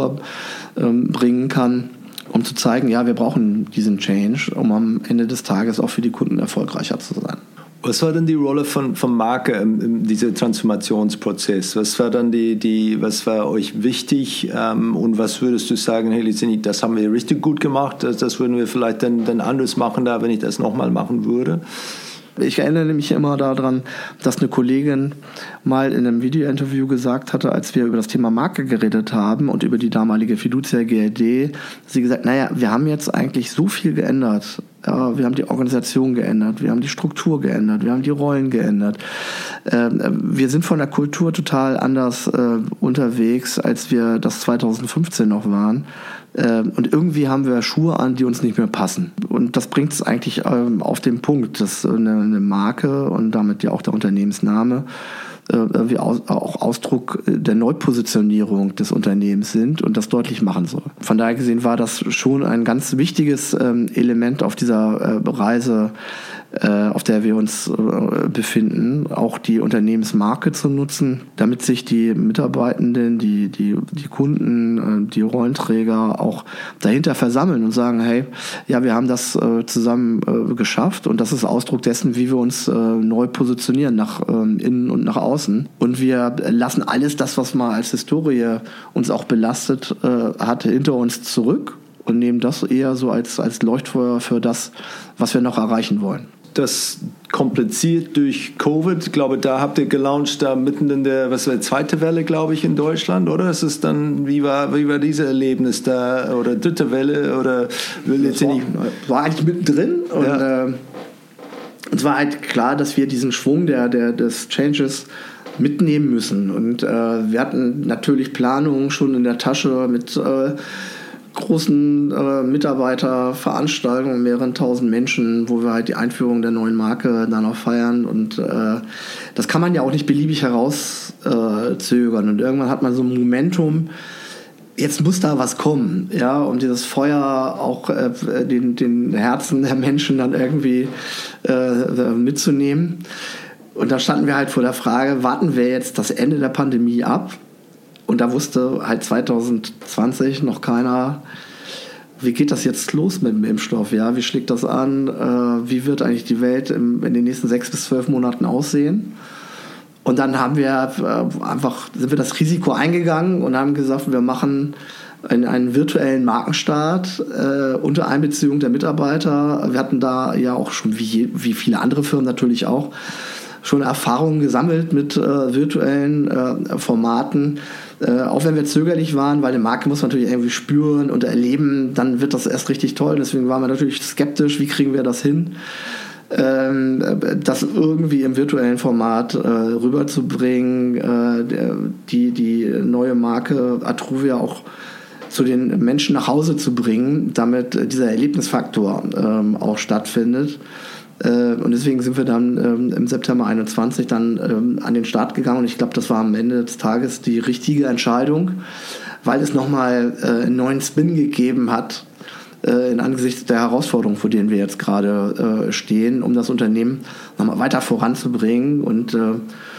Speaker 1: rüberbringen äh, kann, um zu zeigen, ja, wir brauchen diesen Change, um am Ende des Tages auch für die Kunden erfolgreicher zu sein.
Speaker 3: Was war denn die Rolle von, von Marke in, in diesem Transformationsprozess? Was war dann die, die, was war euch wichtig ähm, und was würdest du sagen, hey, das haben wir richtig gut gemacht, das, das würden wir vielleicht dann, dann anders machen, da, wenn ich das nochmal machen würde?
Speaker 1: Ich erinnere mich immer daran, dass eine Kollegin mal in einem Video-Interview gesagt hatte, als wir über das Thema Marke geredet haben und über die damalige Fiducia G R D, sie gesagt, naja, wir haben jetzt eigentlich so viel geändert. Ja, wir haben die Organisation geändert, wir haben die Struktur geändert, wir haben die Rollen geändert. Wir sind von der Kultur total anders unterwegs, als wir das zweitausendfünfzehn noch waren. Und irgendwie haben wir Schuhe an, die uns nicht mehr passen. Und das bringt es eigentlich auf den Punkt, dass eine Marke und damit ja auch der Unternehmensname irgendwie auch Ausdruck der Neupositionierung des Unternehmens sind und das deutlich machen soll. Von daher gesehen war das schon ein ganz wichtiges Element auf dieser Reise, auf der wir uns befinden, auch die Unternehmensmarke zu nutzen, damit sich die Mitarbeitenden, die, die, die Kunden, die Rollenträger auch dahinter versammeln und sagen, hey, ja, wir haben das zusammen geschafft und das ist Ausdruck dessen, wie wir uns neu positionieren, nach innen und nach außen. Und wir lassen alles das, was mal als Historie uns auch belastet hat, hinter uns zurück und nehmen das eher so als, als Leuchtfeuer für das, was wir noch erreichen wollen.
Speaker 3: Das kompliziert durch Covid. Ich glaube, da habt ihr gelauncht, da mitten in der, was war, zweite Welle, glaube ich, in Deutschland, oder? Es ist dann, wie war, wie war dieses Erlebnis da, oder dritte Welle, oder will jetzt
Speaker 1: war,
Speaker 3: nicht.
Speaker 1: War eigentlich mittendrin und ja. äh, es war halt klar, dass wir diesen Schwung der, der, des Changes mitnehmen müssen und äh, wir hatten natürlich Planungen schon in der Tasche mit äh, großen äh, Mitarbeiterveranstaltungen, mehreren tausend Menschen, wo wir halt die Einführung der neuen Marke dann auch feiern und äh, das kann man ja auch nicht beliebig herauszögern äh, und irgendwann hat man so ein Momentum, jetzt muss da was kommen, ja, um dieses Feuer auch äh, den, den Herzen der Menschen dann irgendwie äh, mitzunehmen. Und da standen wir halt vor der Frage, warten wir jetzt das Ende der Pandemie ab? Und da wusste halt zwanzig zwanzig noch keiner, wie geht das jetzt los mit dem Impfstoff? Ja, wie schlägt das an? Äh, wie wird eigentlich die Welt im, in den nächsten sechs bis zwölf Monaten aussehen? Und dann haben wir äh, einfach, sind wir das Risiko eingegangen und haben gesagt, wir machen einen, einen virtuellen Markenstart äh, unter Einbeziehung der Mitarbeiter. Wir hatten da ja auch schon, wie, wie viele andere Firmen natürlich auch, schon Erfahrungen gesammelt mit äh, virtuellen äh, Formaten. Äh, auch wenn wir zögerlich waren, weil eine Marke muss man natürlich irgendwie spüren und erleben, dann wird das erst richtig toll. Deswegen waren wir natürlich skeptisch, wie kriegen wir das hin, ähm, das irgendwie im virtuellen Format äh, rüberzubringen, äh, die, die neue Marke Atruvia auch zu den Menschen nach Hause zu bringen, damit dieser Erlebnisfaktor ähm, auch stattfindet. Und deswegen sind wir dann ähm, im September einundzwanzig dann ähm, an den Start gegangen und ich glaube, das war am Ende des Tages die richtige Entscheidung, weil es nochmal äh, einen neuen Spin gegeben hat äh, in Angesichts der Herausforderungen, vor denen wir jetzt gerade äh, stehen, um das Unternehmen nochmal weiter voranzubringen. Und äh,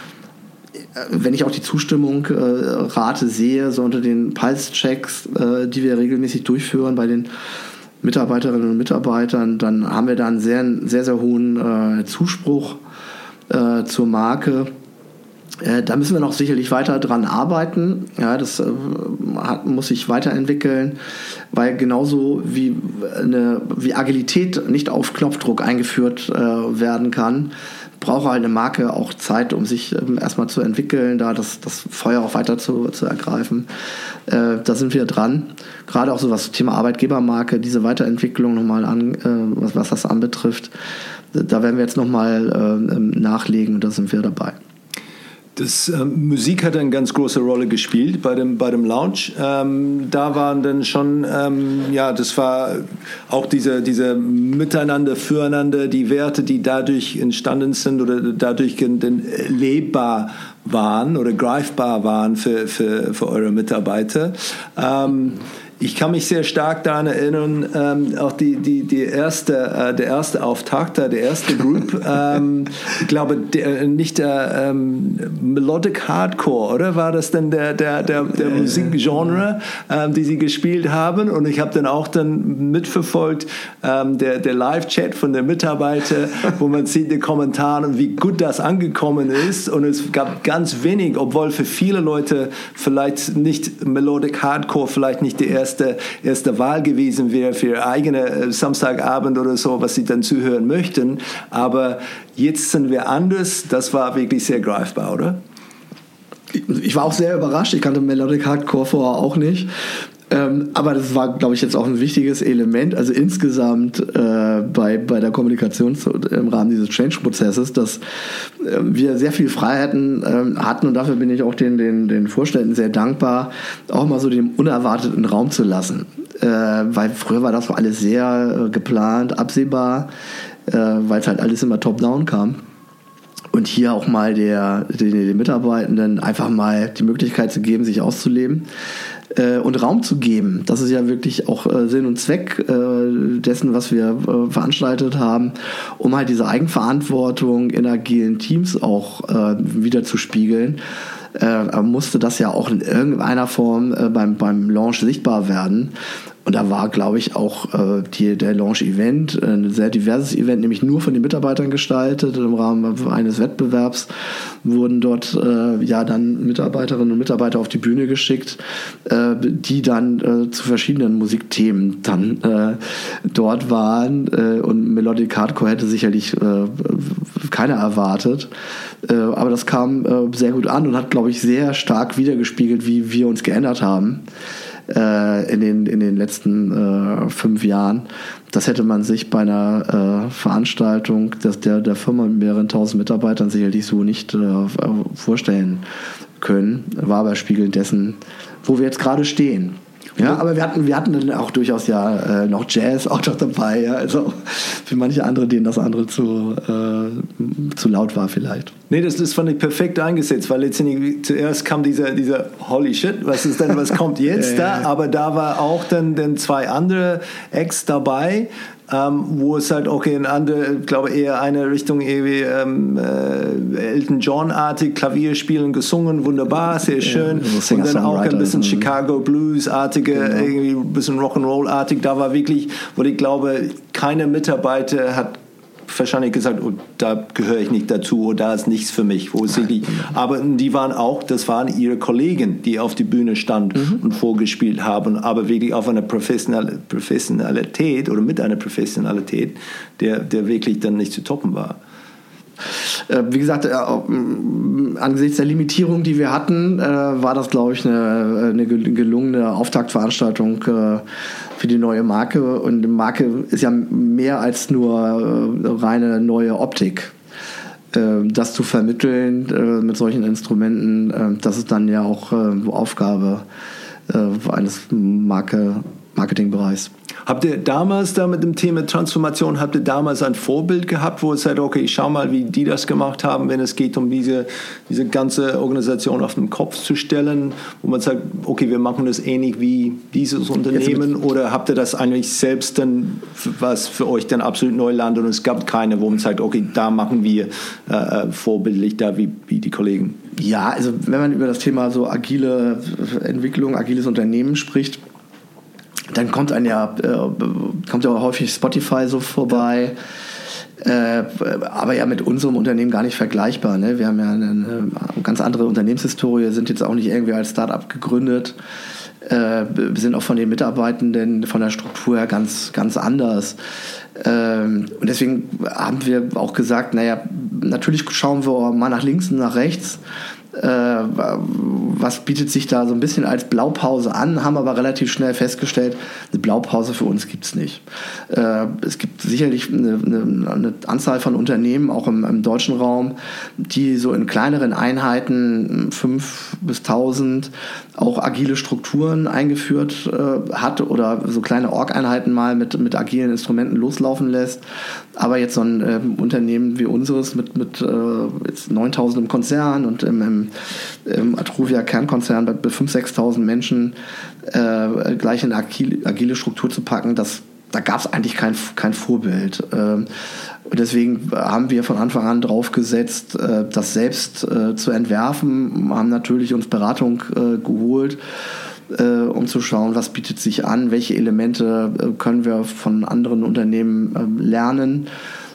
Speaker 1: wenn ich auch die Zustimmungsrate äh, sehe, so unter den Pulse-Checks, äh, die wir regelmäßig durchführen bei den Mitarbeiterinnen und Mitarbeitern, dann haben wir da einen sehr, sehr, sehr hohen äh, Zuspruch äh, zur Marke. Äh, da müssen wir noch sicherlich weiter dran arbeiten. Ja, das äh, hat, muss sich weiterentwickeln, weil genauso wie, eine, wie Agilität nicht auf Knopfdruck eingeführt äh, werden kann, braucht halt eine Marke auch Zeit, um sich ähm, erstmal zu entwickeln, da das, das Feuer auch weiter zu, zu ergreifen. Äh, da sind wir dran. Gerade auch so was Thema Arbeitgebermarke, diese Weiterentwicklung nochmal an, äh, was, was das anbetrifft, da werden wir jetzt nochmal äh, nachlegen und da sind wir dabei.
Speaker 3: Das, äh, Musik hat eine ganz große Rolle gespielt bei dem, bei dem Launch. Ähm, da waren dann schon, ähm, ja, das war auch diese, diese Miteinander, Füreinander, die Werte, die dadurch entstanden sind oder dadurch lebbar waren oder greifbar waren für, für, für eure Mitarbeiter. Ähm, Ich kann mich sehr stark daran erinnern, ähm, auch die, die, die erste, äh, der erste Auftakt, der erste Group, ähm, ich glaube, der, nicht der ähm, Melodic Hardcore, oder? War das denn der, der, der, der Musikgenre, ähm, die sie gespielt haben? Und ich habe dann auch dann mitverfolgt, ähm, der, der Live-Chat von den Mitarbeitern, wo man sieht in den Kommentaren, wie gut das angekommen ist. Und es gab ganz wenig, obwohl für viele Leute vielleicht nicht Melodic Hardcore, vielleicht nicht die erste Erste, erste Wahl gewesen wäre für ihre eigene Samstagabend oder so, was sie dann zuhören möchten. Aber jetzt sind wir anders. Das war wirklich sehr greifbar, oder?
Speaker 1: Ich war auch sehr überrascht. Ich kannte Melodic Hardcore vorher auch nicht. Ähm, aber das war, glaube ich, jetzt auch ein wichtiges Element, also insgesamt äh, bei, bei der Kommunikation zu, im Rahmen dieses Change-Prozesses, dass äh, wir sehr viel Freiheiten äh, hatten und dafür bin ich auch den, den, den Vorständen sehr dankbar, auch mal so den unerwarteten Raum zu lassen. Äh, weil früher war das alles sehr äh, geplant, absehbar, äh, weil es halt alles immer top-down kam. Und hier auch mal der, den, den Mitarbeitenden einfach mal die Möglichkeit zu geben, sich auszuleben äh, und Raum zu geben. Das ist ja wirklich auch äh, Sinn und Zweck äh, dessen, was wir äh, veranstaltet haben, um halt diese Eigenverantwortung in agilen Teams auch äh, wieder zu spiegeln. Äh, musste das ja auch in irgendeiner Form äh, beim, beim Launch sichtbar werden. Und da war, glaube ich, auch äh, die, der Launch-Event, ein sehr diverses Event, nämlich nur von den Mitarbeitern gestaltet. Im Rahmen eines Wettbewerbs wurden dort äh, ja dann Mitarbeiterinnen und Mitarbeiter auf die Bühne geschickt, äh, die dann äh, zu verschiedenen Musikthemen dann äh, dort waren. Äh, und Melodic Hardcore hätte sicherlich äh, keiner erwartet. Äh, aber das kam äh, sehr gut an und hat, glaube ich, sehr stark wiedergespiegelt, wie wir uns geändert haben in den, in den letzten äh, fünf Jahren. Das hätte man sich bei einer äh, Veranstaltung des, der, der Firma mit mehreren tausend Mitarbeitern sicherlich so nicht äh, vorstellen können. War aber Spiegel dessen, wo wir jetzt gerade stehen. Ja, aber wir hatten, wir hatten dann auch durchaus ja äh, noch Jazz auch noch dabei, ja, also für manche andere, denen das andere zu, äh, zu laut war vielleicht.
Speaker 3: Nee, das, das fand ich perfekt eingesetzt, weil letztendlich zuerst kam dieser, dieser Holy Shit, was ist denn, was kommt jetzt da, aber da war auch dann, dann zwei andere Acts dabei, ähm, wo es halt auch in andere, ich glaube eher eine Richtung irgendwie ähm, äh, Elton John-artig, Klavier spielen, gesungen, wunderbar, sehr schön. Ja, so und dann auch ein bisschen Chicago Blues-artige, genau. Irgendwie ein bisschen Rock'n'Roll-artig. Da war wirklich, wo ich glaube, keine Mitarbeiter hat wahrscheinlich gesagt, oh, da gehöre ich nicht dazu oder da ist nichts für mich. Wo sie die, aber die waren auch, das waren ihre Kollegen, die auf die Bühne standen mhm. und vorgespielt haben, aber wirklich auf einer Professional, Professionalität oder mit einer Professionalität, der, der wirklich dann nicht zu toppen war.
Speaker 1: Wie gesagt, äh, angesichts der Limitierung, die wir hatten, äh, war das, glaube ich, eine, eine gelungene Auftaktveranstaltung äh, für die neue Marke. Und die Marke ist ja mehr als nur äh, reine neue Optik. Äh, das zu vermitteln äh, mit solchen Instrumenten, äh, das ist dann ja auch äh, Aufgabe äh, eines Marke, Marketingbereichs.
Speaker 3: Habt ihr damals da mit dem Thema Transformation, habt ihr damals ein Vorbild gehabt, wo ihr sagt, okay, ich schau mal, wie die das gemacht haben, wenn es geht um diese, diese ganze Organisation auf den Kopf zu stellen, wo man sagt, okay, wir machen das ähnlich wie dieses Unternehmen, oder habt ihr das eigentlich selbst dann, was für euch dann absolut Neuland und es gab keine, wo man sagt, okay, da machen wir äh, vorbildlich da wie, wie die Kollegen?
Speaker 1: Ja, also wenn man über das Thema so agile Entwicklung, agiles Unternehmen spricht, dann kommt ein ja, äh, kommt ja auch häufig Spotify so vorbei, äh, aber ja mit unserem Unternehmen gar nicht vergleichbar. Ne? Wir haben ja eine, eine ganz andere Unternehmenshistorie, sind jetzt auch nicht irgendwie als Start-up gegründet, äh, wir sind auch von den Mitarbeitenden, von der Struktur her ganz, ganz anders. Ähm, und deswegen haben wir auch gesagt, naja, natürlich schauen wir mal nach links und nach rechts, Äh, was bietet sich da so ein bisschen als Blaupause an, haben aber relativ schnell festgestellt, eine Blaupause für uns gibt es nicht. Äh, es gibt sicherlich eine, eine, eine Anzahl von Unternehmen, auch im, im deutschen Raum, die so in kleineren Einheiten, fünf bis tausend, auch agile Strukturen eingeführt äh, hat oder so kleine Org-Einheiten mal mit, mit agilen Instrumenten loslaufen lässt. Aber jetzt so ein äh, Unternehmen wie unseres mit, mit äh, jetzt neuntausend im Konzern und im, im, im Atruvia Kernkonzern bei fünftausend, sechstausend Menschen äh, gleich in eine agile, agile Struktur zu packen, das, da gab es eigentlich kein, kein Vorbild. Äh, und deswegen haben wir von Anfang an drauf gesetzt, äh, das selbst äh, zu entwerfen, haben natürlich uns Beratung äh, geholt, Äh, um zu schauen, was bietet sich an, welche Elemente äh, können wir von anderen Unternehmen äh, lernen.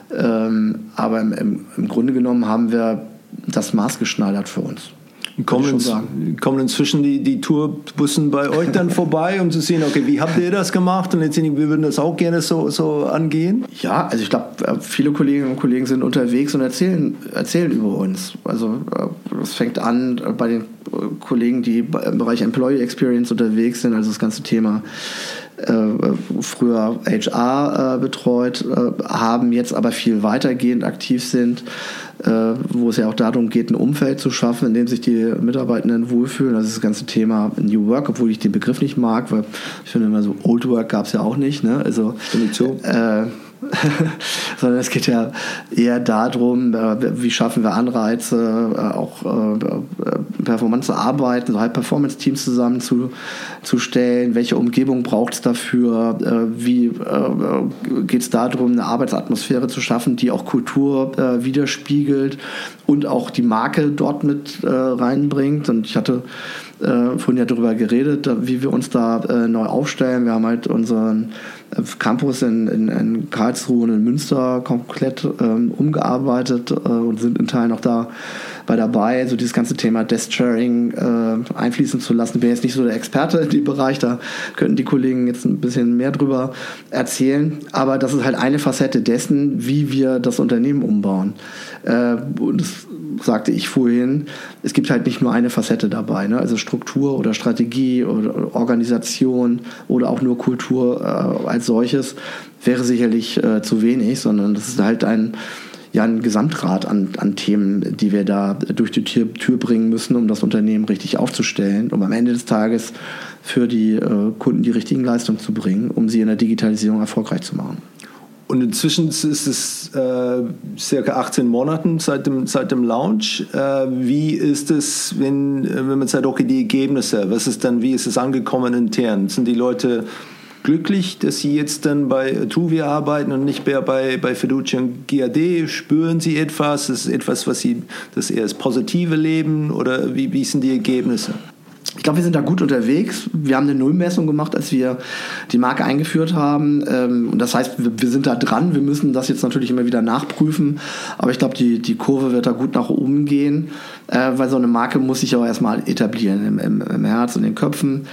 Speaker 1: Ähm, aber im, im, im Grunde genommen haben wir das maßgeschneidert für uns.
Speaker 3: Kommen, ins, kommen inzwischen die, die Tourbussen bei euch dann vorbei, um zu sehen, okay, wie habt ihr das gemacht? Und jetzt, wir würden das auch gerne so, so angehen.
Speaker 1: Ja, also ich glaube, viele Kolleginnen und Kollegen sind unterwegs und erzählen, erzählen über uns. Also es fängt an bei den Kollegen, die im Bereich Employee Experience unterwegs sind, also das ganze Thema äh, früher H R äh, betreut äh, haben, jetzt aber viel weitergehend aktiv sind, äh, wo es ja auch darum geht, ein Umfeld zu schaffen, in dem sich die Mitarbeitenden wohlfühlen. Das ist das ganze Thema New Work, obwohl ich den Begriff nicht mag, weil ich finde immer so, Old Work gab es ja auch nicht. Ne? Also, äh, sondern es geht ja eher darum, wie schaffen wir Anreize, auch performant zu arbeiten, so High-Performance-Teams zusammenzustellen, welche Umgebung braucht es dafür, wie geht es darum, eine Arbeitsatmosphäre zu schaffen, die auch Kultur widerspiegelt und auch die Marke dort mit reinbringt. Und ich hatte äh, vorhin ja darüber geredet, wie wir uns da äh, neu aufstellen. Wir haben halt unseren Campus in, in, in Karlsruhe und in Münster komplett ähm, umgearbeitet äh, und sind in Teilen auch da bei dabei, so dieses ganze Thema Desk-Sharing äh, einfließen zu lassen. Ich bin jetzt nicht so der Experte in dem Bereich, da könnten die Kollegen jetzt ein bisschen mehr drüber erzählen, aber das ist halt eine Facette dessen, wie wir das Unternehmen umbauen. Äh, und das sagte ich vorhin, es gibt halt nicht nur eine Facette dabei, ne? Also Struktur oder Strategie oder Organisation oder auch nur Kultur äh, als solches wäre sicherlich äh, zu wenig, sondern das ist halt ein ja ein Gesamtrat an, an Themen, die wir da durch die Tür, Tür bringen müssen, um das Unternehmen richtig aufzustellen, um am Ende des Tages für die äh, Kunden die richtigen Leistungen zu bringen, um sie in der Digitalisierung erfolgreich zu machen.
Speaker 3: Und inzwischen ist es äh, circa achtzehn Monaten seit dem, seit dem Launch. Äh, wie ist es, wenn, wenn man sagt, okay, die Ergebnisse, was ist dann, wie ist es angekommen intern? Sind die Leute glücklich, dass sie jetzt dann bei Atruvia arbeiten und nicht mehr bei, bei Fiducia und G A D? Spüren sie etwas? Ist es etwas, was sie, das eher das Positive leben? Oder wie, wie sind die Ergebnisse?
Speaker 1: Ich glaube, wir sind da gut unterwegs. Wir haben eine Nullmessung gemacht, als wir die Marke eingeführt haben. Und das heißt, wir sind da dran. Wir müssen das jetzt natürlich immer wieder nachprüfen. Aber ich glaube, die, die Kurve wird da gut nach oben gehen, weil so eine Marke muss sich auch erstmal etablieren im, im, im Herz und in den Köpfen.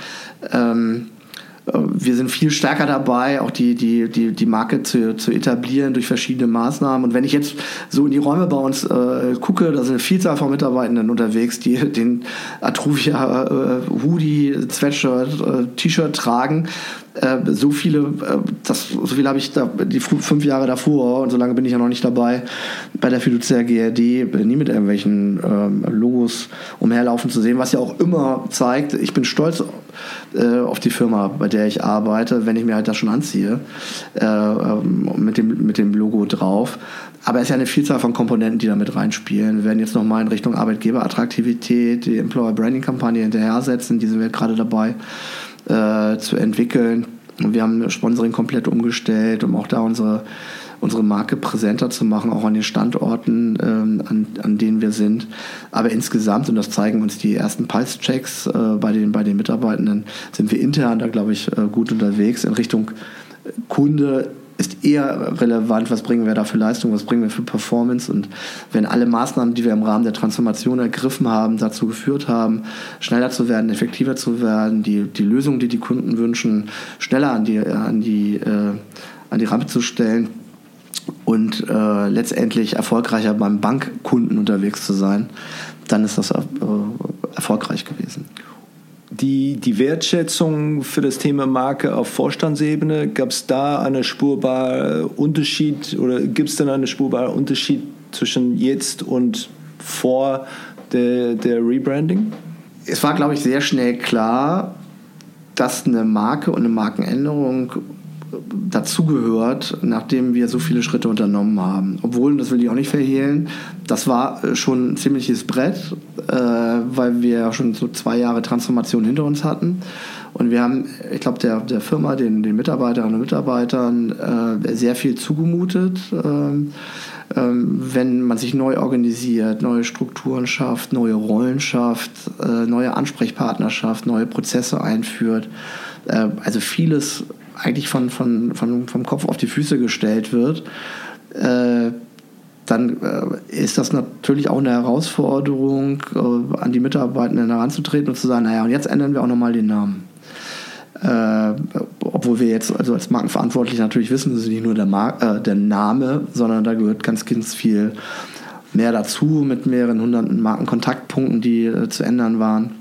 Speaker 1: Wir sind viel stärker dabei, auch die, die, die, die Marke zu, zu etablieren durch verschiedene Maßnahmen. Und wenn ich jetzt so in die Räume bei uns äh, gucke, da sind eine Vielzahl von Mitarbeitenden unterwegs, die den Atruvia äh, Hoodie, Sweatshirt, äh, T-Shirt tragen. Äh, so viele, äh, das, so viel habe ich da, die fünf Jahre davor, und so lange bin ich ja noch nicht dabei, bei der Fiducia G R D, nie mit irgendwelchen ähm, Logos umherlaufen zu sehen, was ja auch immer zeigt, ich bin stolz äh, auf die Firma, bei der ich arbeite, wenn ich mir halt das schon anziehe, äh, mit dem, mit dem Logo drauf. Aber es ist ja eine Vielzahl von Komponenten, die da mit reinspielen. Wir werden jetzt nochmal in Richtung Arbeitgeberattraktivität die Employer Branding Kampagne hinterher setzen, die sind wir gerade dabei äh, zu entwickeln. Und wir haben Sponsoring komplett umgestellt, um auch da unsere, unsere Marke präsenter zu machen, auch an den Standorten, ähm, an, an denen wir sind. Aber insgesamt, und das zeigen uns die ersten Pulse-Checks äh, bei, den, bei den Mitarbeitenden, sind wir intern da, glaube ich, äh, gut unterwegs. In Richtung Kunde ist eher relevant, was bringen wir da für Leistung, was bringen wir für Performance. Und wenn alle Maßnahmen, die wir im Rahmen der Transformation ergriffen haben, dazu geführt haben, schneller zu werden, effektiver zu werden, die, die Lösungen, die die Kunden wünschen, schneller an die, an die, äh, an die Rampe zu stellen und äh, letztendlich erfolgreicher beim Bankkunden unterwegs zu sein, dann ist das äh, erfolgreich gewesen.
Speaker 3: Die, die Wertschätzung für das Thema Marke auf Vorstandsebene, gab es da einen spürbaren Unterschied oder gibt es dann einen spürbaren Unterschied zwischen jetzt und vor der, der Rebranding?
Speaker 1: Es war, glaube ich, sehr schnell klar, dass eine Marke und eine Markenänderung dazugehört, nachdem wir so viele Schritte unternommen haben. Obwohl, das will ich auch nicht verhehlen, das war schon ein ziemliches Brett, äh, weil wir schon so zwei Jahre Transformation hinter uns hatten. Und wir haben, ich glaube, der, der Firma, den, den Mitarbeiterinnen und Mitarbeitern äh, sehr viel zugemutet. Ähm, ähm, wenn man sich neu organisiert, neue Strukturen schafft, neue Rollen schafft, äh, neue Ansprechpartner schafft, neue Prozesse einführt. Äh, also vieles eigentlich von, von, von, vom Kopf auf die Füße gestellt wird, äh, dann äh, ist das natürlich auch eine Herausforderung, äh, an die Mitarbeitenden heranzutreten und zu sagen, naja, und jetzt ändern wir auch nochmal den Namen. Äh, obwohl wir jetzt also als Markenverantwortlich natürlich wissen, das ist nicht nur der, Mar- äh, der Name, sondern da gehört ganz, ganz viel mehr dazu, mit mehreren hunderten Markenkontaktpunkten, die äh, zu ändern waren.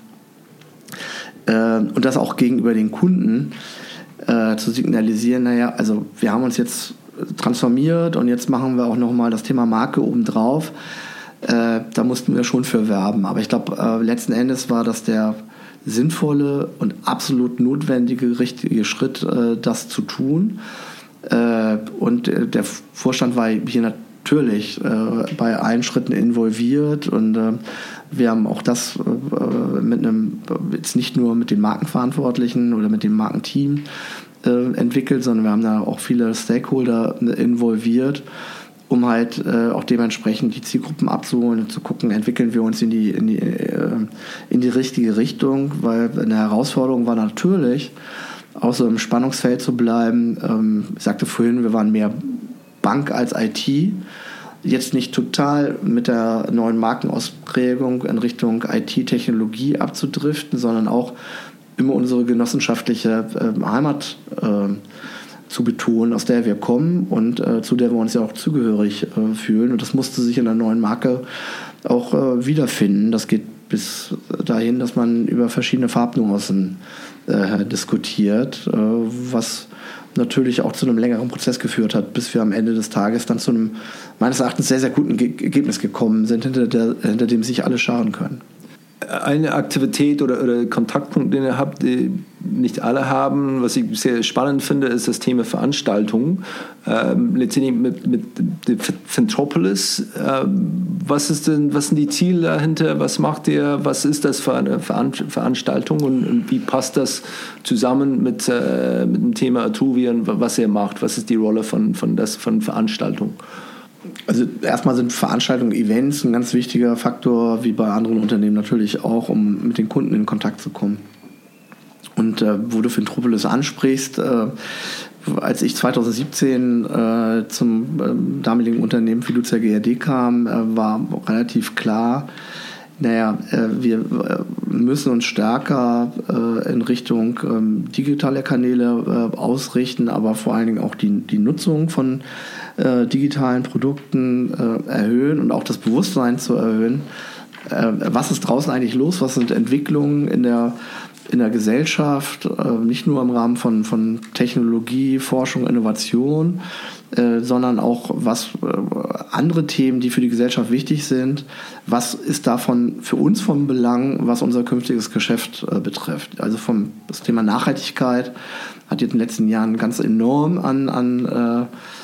Speaker 1: Äh, und das auch gegenüber den Kunden Äh, zu signalisieren, naja, also wir haben uns jetzt transformiert und jetzt machen wir auch nochmal das Thema Marke obendrauf. Äh, da mussten wir schon für werben. Aber ich glaube, äh, letzten Endes war das der sinnvolle und absolut notwendige, richtige Schritt, äh, das zu tun. Äh, und äh, der Vorstand war hier natürlich äh, bei allen Schritten involviert und äh, wir haben auch das äh, mit einem, jetzt nicht nur mit den Markenverantwortlichen oder mit dem Markenteam äh, entwickelt, sondern wir haben da auch viele Stakeholder involviert, um halt äh, auch dementsprechend die Zielgruppen abzuholen und zu gucken, entwickeln wir uns in die, in die, äh, in die richtige Richtung, weil eine Herausforderung war natürlich, auch so im Spannungsfeld zu bleiben. Ähm, ich sagte vorhin, wir waren mehr Bank als I T, jetzt nicht total mit der neuen Markenausprägung in Richtung I T-Technologie abzudriften, sondern auch immer unsere genossenschaftliche äh, Heimat äh, zu betonen, aus der wir kommen und äh, zu der wir uns ja auch zugehörig äh, fühlen. Und das musste sich in der neuen Marke auch äh, wiederfinden. Das geht bis dahin, dass man über verschiedene Farbnuancen äh, diskutiert, äh, was natürlich auch zu einem längeren Prozess geführt hat, bis wir am Ende des Tages dann zu einem meines Erachtens sehr, sehr guten Ge- Ergebnis gekommen sind, hinter, der, hinter dem sich alle scharen können.
Speaker 3: Eine Aktivität oder, oder Kontaktpunkt, den ihr habt, nicht alle haben. Was ich sehr spannend finde, ist das Thema Veranstaltungen. Ähm, letztendlich mit, mit Fintropolis. Ähm, was ist denn, was sind die Ziele dahinter? Was macht ihr? Was ist das für eine Veranstaltung und, und wie passt das zusammen mit, äh, mit dem Thema Atruvia und was ihr macht? Was ist die Rolle von, von, das, von Veranstaltungen?
Speaker 1: Also erstmal sind Veranstaltungen, Events ein ganz wichtiger Faktor, wie bei anderen Unternehmen natürlich auch, um mit den Kunden in Kontakt zu kommen. Und äh, wo du Fintropolis ansprichst, äh, als ich zwanzig siebzehn äh, zum äh, damaligen Unternehmen Fiducia G R D kam, äh, war relativ klar, naja, äh, wir äh, müssen uns stärker äh, in Richtung äh, digitaler Kanäle äh, ausrichten, aber vor allen Dingen auch die, die Nutzung von äh, digitalen Produkten äh, erhöhen und auch das Bewusstsein zu erhöhen. Äh, was ist draußen eigentlich los? Was sind Entwicklungen in der in der Gesellschaft, äh, nicht nur im Rahmen von, von Technologie, Forschung, Innovation, äh, sondern auch was äh, andere Themen, die für die Gesellschaft wichtig sind. Was ist davon für uns von Belang, was unser künftiges Geschäft äh, betrifft? Also vom, das Thema Nachhaltigkeit hat jetzt in den letzten Jahren ganz enorm an, an äh,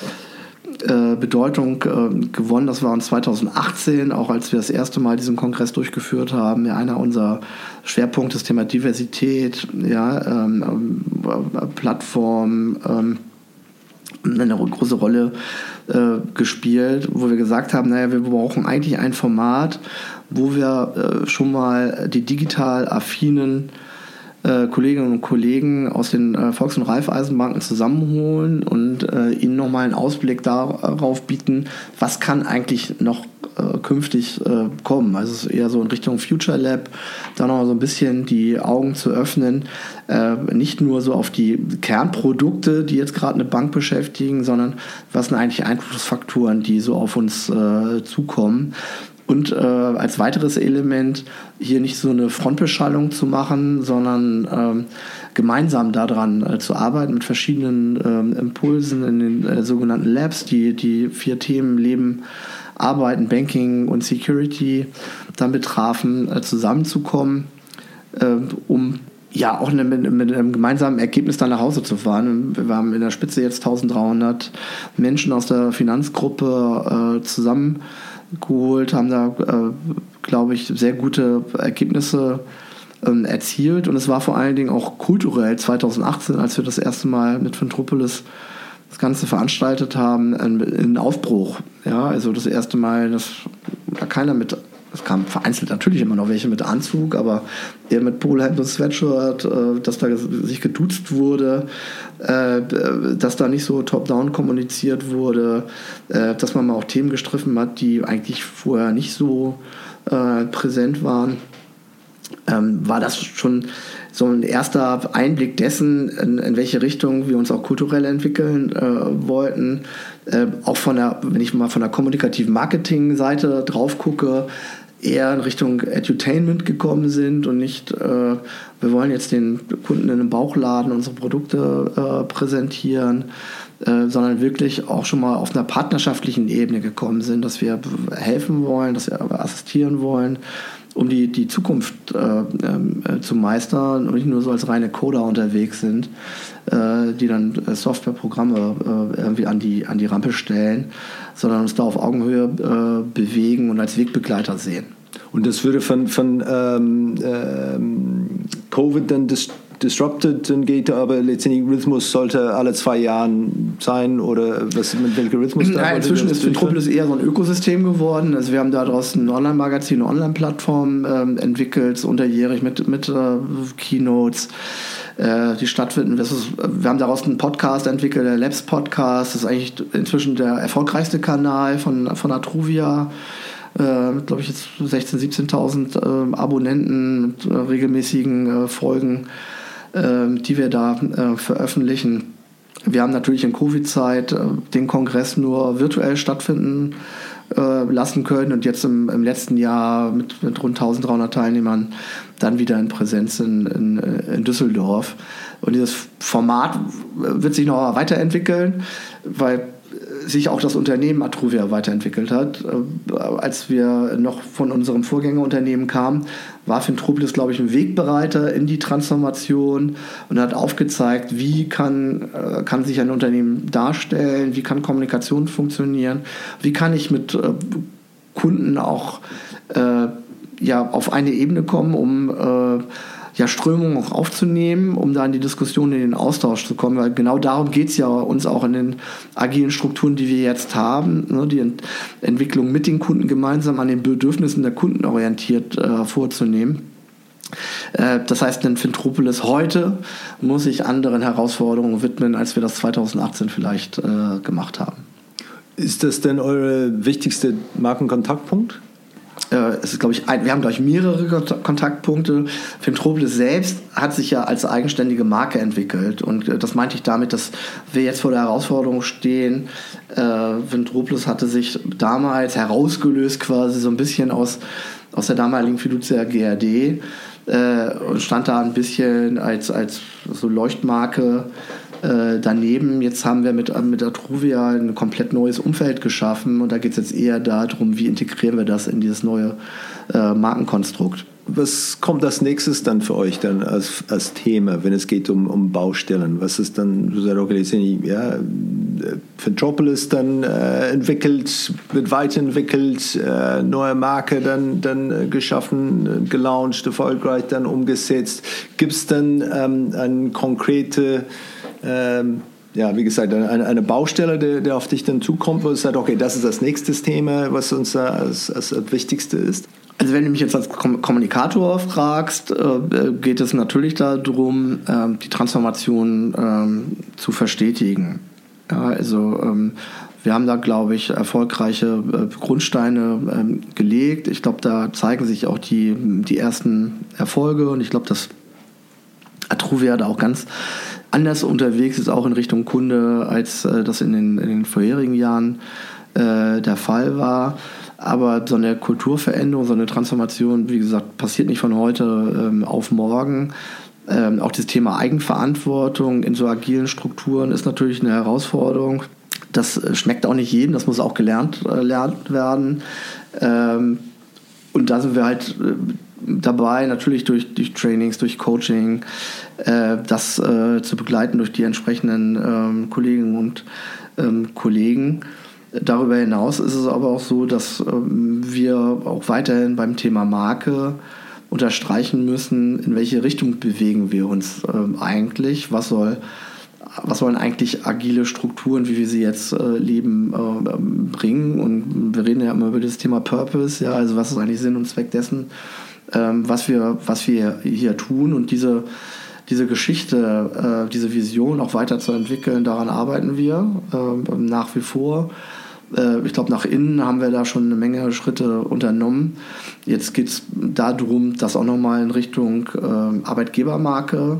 Speaker 1: Bedeutung äh, gewonnen. Das war uns zwanzig achtzehn, auch als wir das erste Mal diesen Kongress durchgeführt haben. Ja, einer unserer Schwerpunkte, das Thema Diversität, ja, ähm, äh, Plattform, ähm, eine große Rolle äh, gespielt, wo wir gesagt haben, naja, wir brauchen eigentlich ein Format, wo wir äh, schon mal die digital affinen Kolleginnen und Kollegen aus den äh, Volks- und Raiffeisenbanken zusammenholen und äh, ihnen nochmal einen Ausblick darauf bieten, was kann eigentlich noch äh, künftig äh, kommen. Also es ist eher so in Richtung Future Lab, da noch so ein bisschen die Augen zu öffnen, äh, nicht nur so auf die Kernprodukte, die jetzt gerade eine Bank beschäftigen, sondern was sind eigentlich Einflussfaktoren, die so auf uns äh, zukommen. Und äh, als weiteres Element hier nicht so eine Frontbeschallung zu machen, sondern ähm, gemeinsam daran äh, zu arbeiten mit verschiedenen ähm, Impulsen in den äh, sogenannten Labs, die die vier Themen Leben, Arbeiten, Banking und Security dann betrafen, äh, zusammenzukommen, äh, um ja auch mit, mit einem gemeinsamen Ergebnis dann nach Hause zu fahren. Wir haben in der Spitze jetzt dreizehnhundert Menschen aus der Finanzgruppe äh, zusammen geholt, haben da, äh, glaube ich, sehr gute Ergebnisse ähm, erzielt. Und es war vor allen Dingen auch kulturell zwanzig achtzehn, als wir das erste Mal mit Fintropolis das Ganze veranstaltet haben, ein, ein Aufbruch. Ja, also das erste Mal, dass da keiner mit, es kam vereinzelt natürlich immer noch welche mit Anzug, aber eher mit Polohemd und Sweatshirt, äh, dass da sich geduzt wurde, äh, dass da nicht so top-down kommuniziert wurde, äh, dass man mal auch Themen gestriffen hat, die eigentlich vorher nicht so äh, präsent waren. Ähm, war das schon so ein erster Einblick dessen, in, in welche Richtung wir uns auch kulturell entwickeln äh, wollten. Äh, auch von der, wenn ich mal von der kommunikativen Marketing-Seite drauf gucke, eher in Richtung Edutainment gekommen sind und nicht, äh, wir wollen jetzt den Kunden in den Bauchladen unsere Produkte äh, präsentieren, äh, sondern wirklich auch schon mal auf einer partnerschaftlichen Ebene gekommen sind, dass wir helfen wollen, dass wir assistieren wollen, um die, die Zukunft äh, äh, zu meistern und nicht nur so als reine Coder unterwegs sind, äh, die dann äh, Softwareprogramme äh, irgendwie an die, an die Rampe stellen, sondern uns da auf Augenhöhe äh, bewegen und als Wegbegleiter sehen.
Speaker 3: Und das würde von, von ähm, ähm, Covid dann dis- disrupted dann geht, aber letztendlich Rhythmus sollte alle zwei Jahren sein oder was mit welchem Rhythmus da?
Speaker 1: Ja, inzwischen ist Fintropolis eher so ein Ökosystem geworden. Also wir haben da draußen ein Online-Magazin, eine Online-Plattform ähm, entwickelt, so unterjährig mit, mit äh, Keynotes, äh, die stattfinden. Das ist, wir haben daraus einen Podcast entwickelt, der Labs Podcast. Das ist eigentlich inzwischen der erfolgreichste Kanal von, von Atruvia. Äh, glaube ich jetzt sechzehntausend, siebzehntausend äh, Abonnenten mit äh, regelmäßigen äh, Folgen, äh, die wir da äh, veröffentlichen. Wir haben natürlich in Covid-Zeit äh, den Kongress nur virtuell stattfinden äh, lassen können und jetzt im, im letzten Jahr mit, mit rund dreizehnhundert Teilnehmern dann wieder in Präsenz in, in, in Düsseldorf. Und dieses Format wird sich noch weiterentwickeln, weil sich auch das Unternehmen Atruvia weiterentwickelt hat. Als wir noch von unserem Vorgängerunternehmen kamen, war Fintropolis, glaube ich, ein Wegbereiter in die Transformation und hat aufgezeigt, wie kann, kann sich ein Unternehmen darstellen, wie kann Kommunikation funktionieren, wie kann ich mit Kunden auch äh, ja, auf eine Ebene kommen, um äh, ja, Strömungen auch aufzunehmen, um da in die Diskussion, in den Austausch zu kommen. Weil genau darum geht es ja uns auch in den agilen Strukturen, die wir jetzt haben, ne, die Ent- Entwicklung mit den Kunden gemeinsam an den Bedürfnissen der Kunden orientiert äh, vorzunehmen. Äh, das heißt, ein Fintropolis heute muss sich anderen Herausforderungen widmen, als wir das zweitausendachtzehn vielleicht äh, gemacht haben.
Speaker 3: Ist das denn eure wichtigste Markenkontaktpunkt?
Speaker 1: Es ist, glaube ich, ein, wir haben, glaube ich, mehrere Kontaktpunkte. Fintropolis selbst hat sich ja als eigenständige Marke entwickelt. Und das meinte ich damit, dass wir jetzt vor der Herausforderung stehen. Äh, Fintropolis hatte sich damals herausgelöst quasi so ein bisschen aus, aus der damaligen Fiducia G R D äh, und stand da ein bisschen als, als so Leuchtmarke äh, daneben. Jetzt haben wir mit, mit Atruvia ein komplett neues Umfeld geschaffen und da geht es jetzt eher darum, wie integrieren wir das in dieses neue äh, Markenkonstrukt.
Speaker 3: Was kommt als nächstes dann für euch dann als, als Thema, wenn es geht um, um Baustellen? Was ist dann, du sagst, okay, ja, Fintropolis dann äh, entwickelt, wird weiterentwickelt, äh, neue Marke dann, dann äh, geschaffen, gelauncht, erfolgreich dann umgesetzt. Gibt es dann ähm, eine konkrete Ähm, ja, wie gesagt, eine, eine Baustelle, der, der auf dich dann zukommt, wo du sagst, okay, das ist das nächste Thema, was uns da als, als das Wichtigste ist?
Speaker 1: Also wenn du mich jetzt als Kommunikator fragst, äh, geht es natürlich darum, äh, die Transformation äh, zu verstetigen. Ja, also ähm, wir haben da, glaube ich, erfolgreiche äh, Grundsteine äh, gelegt. Ich glaube, da zeigen sich auch die, die ersten Erfolge und ich glaube, dass Atruvia da auch ganz anders unterwegs ist, auch in Richtung Kunde, als äh, das in den, in den vorherigen Jahren äh, der Fall war. Aber so eine Kulturveränderung, so eine Transformation, wie gesagt, passiert nicht von heute ähm, auf morgen. Ähm, auch das Thema Eigenverantwortung in so agilen Strukturen ist natürlich eine Herausforderung. Das äh, schmeckt auch nicht jedem, das muss auch gelernt, äh, gelernt werden. Ähm, und da sind wir halt äh, dabei, natürlich durch, durch Trainings, durch Coaching, äh, das äh, zu begleiten durch die entsprechenden ähm, Kolleginnen und ähm, Kollegen. Darüber hinaus ist es aber auch so, dass ähm, wir auch weiterhin beim Thema Marke unterstreichen müssen, in welche Richtung bewegen wir uns ähm, eigentlich, was soll was sollen eigentlich agile Strukturen, wie wir sie jetzt äh, leben, äh, bringen. Und wir reden ja immer über das Thema Purpose, ja, also was ist eigentlich Sinn und Zweck dessen, ähm, was wir, was wir hier tun. Und diese, diese Geschichte, äh, diese Vision auch weiterzuentwickeln, daran arbeiten wir äh, nach wie vor. Äh, ich glaube, nach innen haben wir da schon eine Menge Schritte unternommen. Jetzt geht es darum, das auch nochmal in Richtung äh, Arbeitgebermarke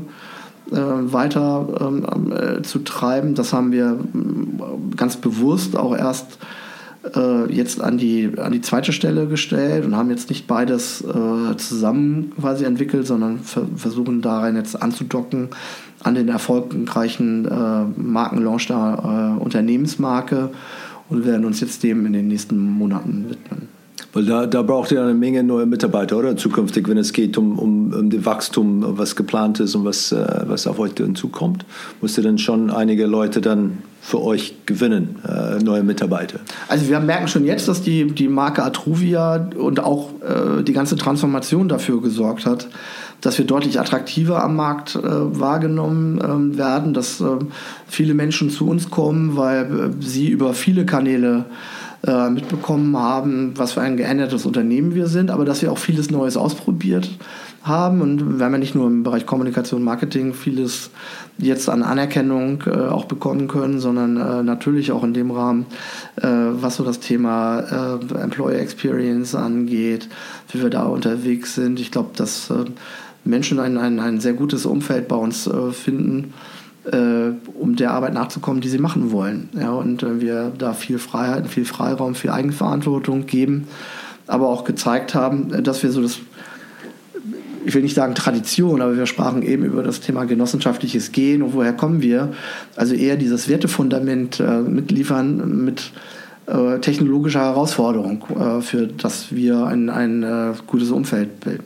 Speaker 1: weiter ähm, äh, zu treiben. Das haben wir ganz bewusst auch erst äh, jetzt an die, an die zweite Stelle gestellt und haben jetzt nicht beides äh, zusammen quasi entwickelt, sondern ver- versuchen daran jetzt anzudocken an den erfolgreichen äh, Markenlaunch der äh, Unternehmensmarke und werden uns jetzt dem in den nächsten Monaten widmen.
Speaker 3: Weil da, da braucht ihr eine Menge neue Mitarbeiter, oder? Zukünftig, wenn es geht um, um, um das Wachstum, was geplant ist und was, äh, was auf euch dann zukommt, müsst ihr dann schon einige Leute dann für euch gewinnen, äh, neue Mitarbeiter. Also wir merken schon jetzt, dass die, die Marke Atruvia und auch äh, die ganze Transformation dafür gesorgt hat, dass wir deutlich attraktiver am Markt äh, wahrgenommen äh, werden, dass äh, viele Menschen zu uns kommen, weil äh, sie über viele Kanäle äh, mitbekommen haben, was für ein geändertes Unternehmen wir sind, aber dass wir auch vieles Neues ausprobiert haben. Und wir haben ja nicht nur im Bereich Kommunikation, Marketing vieles jetzt an Anerkennung äh, auch bekommen können, sondern äh, natürlich auch in dem Rahmen, äh, was so das Thema äh, Employee Experience angeht, wie wir da unterwegs sind. Ich glaube, dass äh, Menschen ein, ein, ein sehr gutes Umfeld bei uns äh, finden, äh, um der Arbeit nachzukommen, die sie machen wollen. Ja, und äh, wir da viel Freiheit, viel Freiraum, viel Eigenverantwortung geben, aber auch gezeigt haben, dass wir so das
Speaker 1: ich will nicht sagen Tradition, aber wir sprachen eben über das Thema genossenschaftliches Gehen und woher kommen wir. Also eher dieses Wertefundament äh, mitliefern mit äh, technologischer Herausforderung, äh, für das wir ein, ein äh, gutes Umfeld bilden.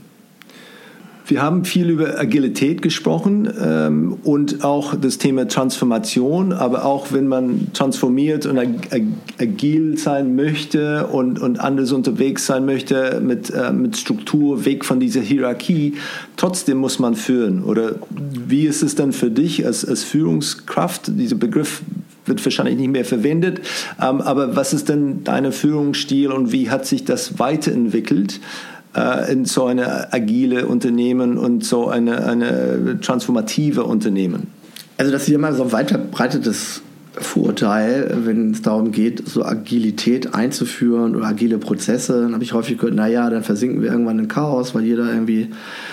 Speaker 3: Wir haben viel über Agilität gesprochen ähm, und auch das Thema Transformation, aber auch wenn man transformiert und ag- ag- agil sein möchte und, und anders unterwegs sein möchte mit, äh, mit Struktur, weg von dieser Hierarchie, trotzdem muss man führen. Oder wie ist es denn für dich als, als Führungskraft? Dieser Begriff wird wahrscheinlich nicht mehr verwendet, ähm, aber was ist denn dein Führungsstil und wie hat sich das weiterentwickelt in so eine agile Unternehmen und so eine, eine transformative Unternehmen?
Speaker 1: Also das ist immer so ein weit verbreitetes Vorurteil, wenn es darum geht, so Agilität einzuführen oder agile Prozesse. Dann habe ich häufig gehört, naja, dann versinken wir irgendwann in Chaos, weil jeder irgendwie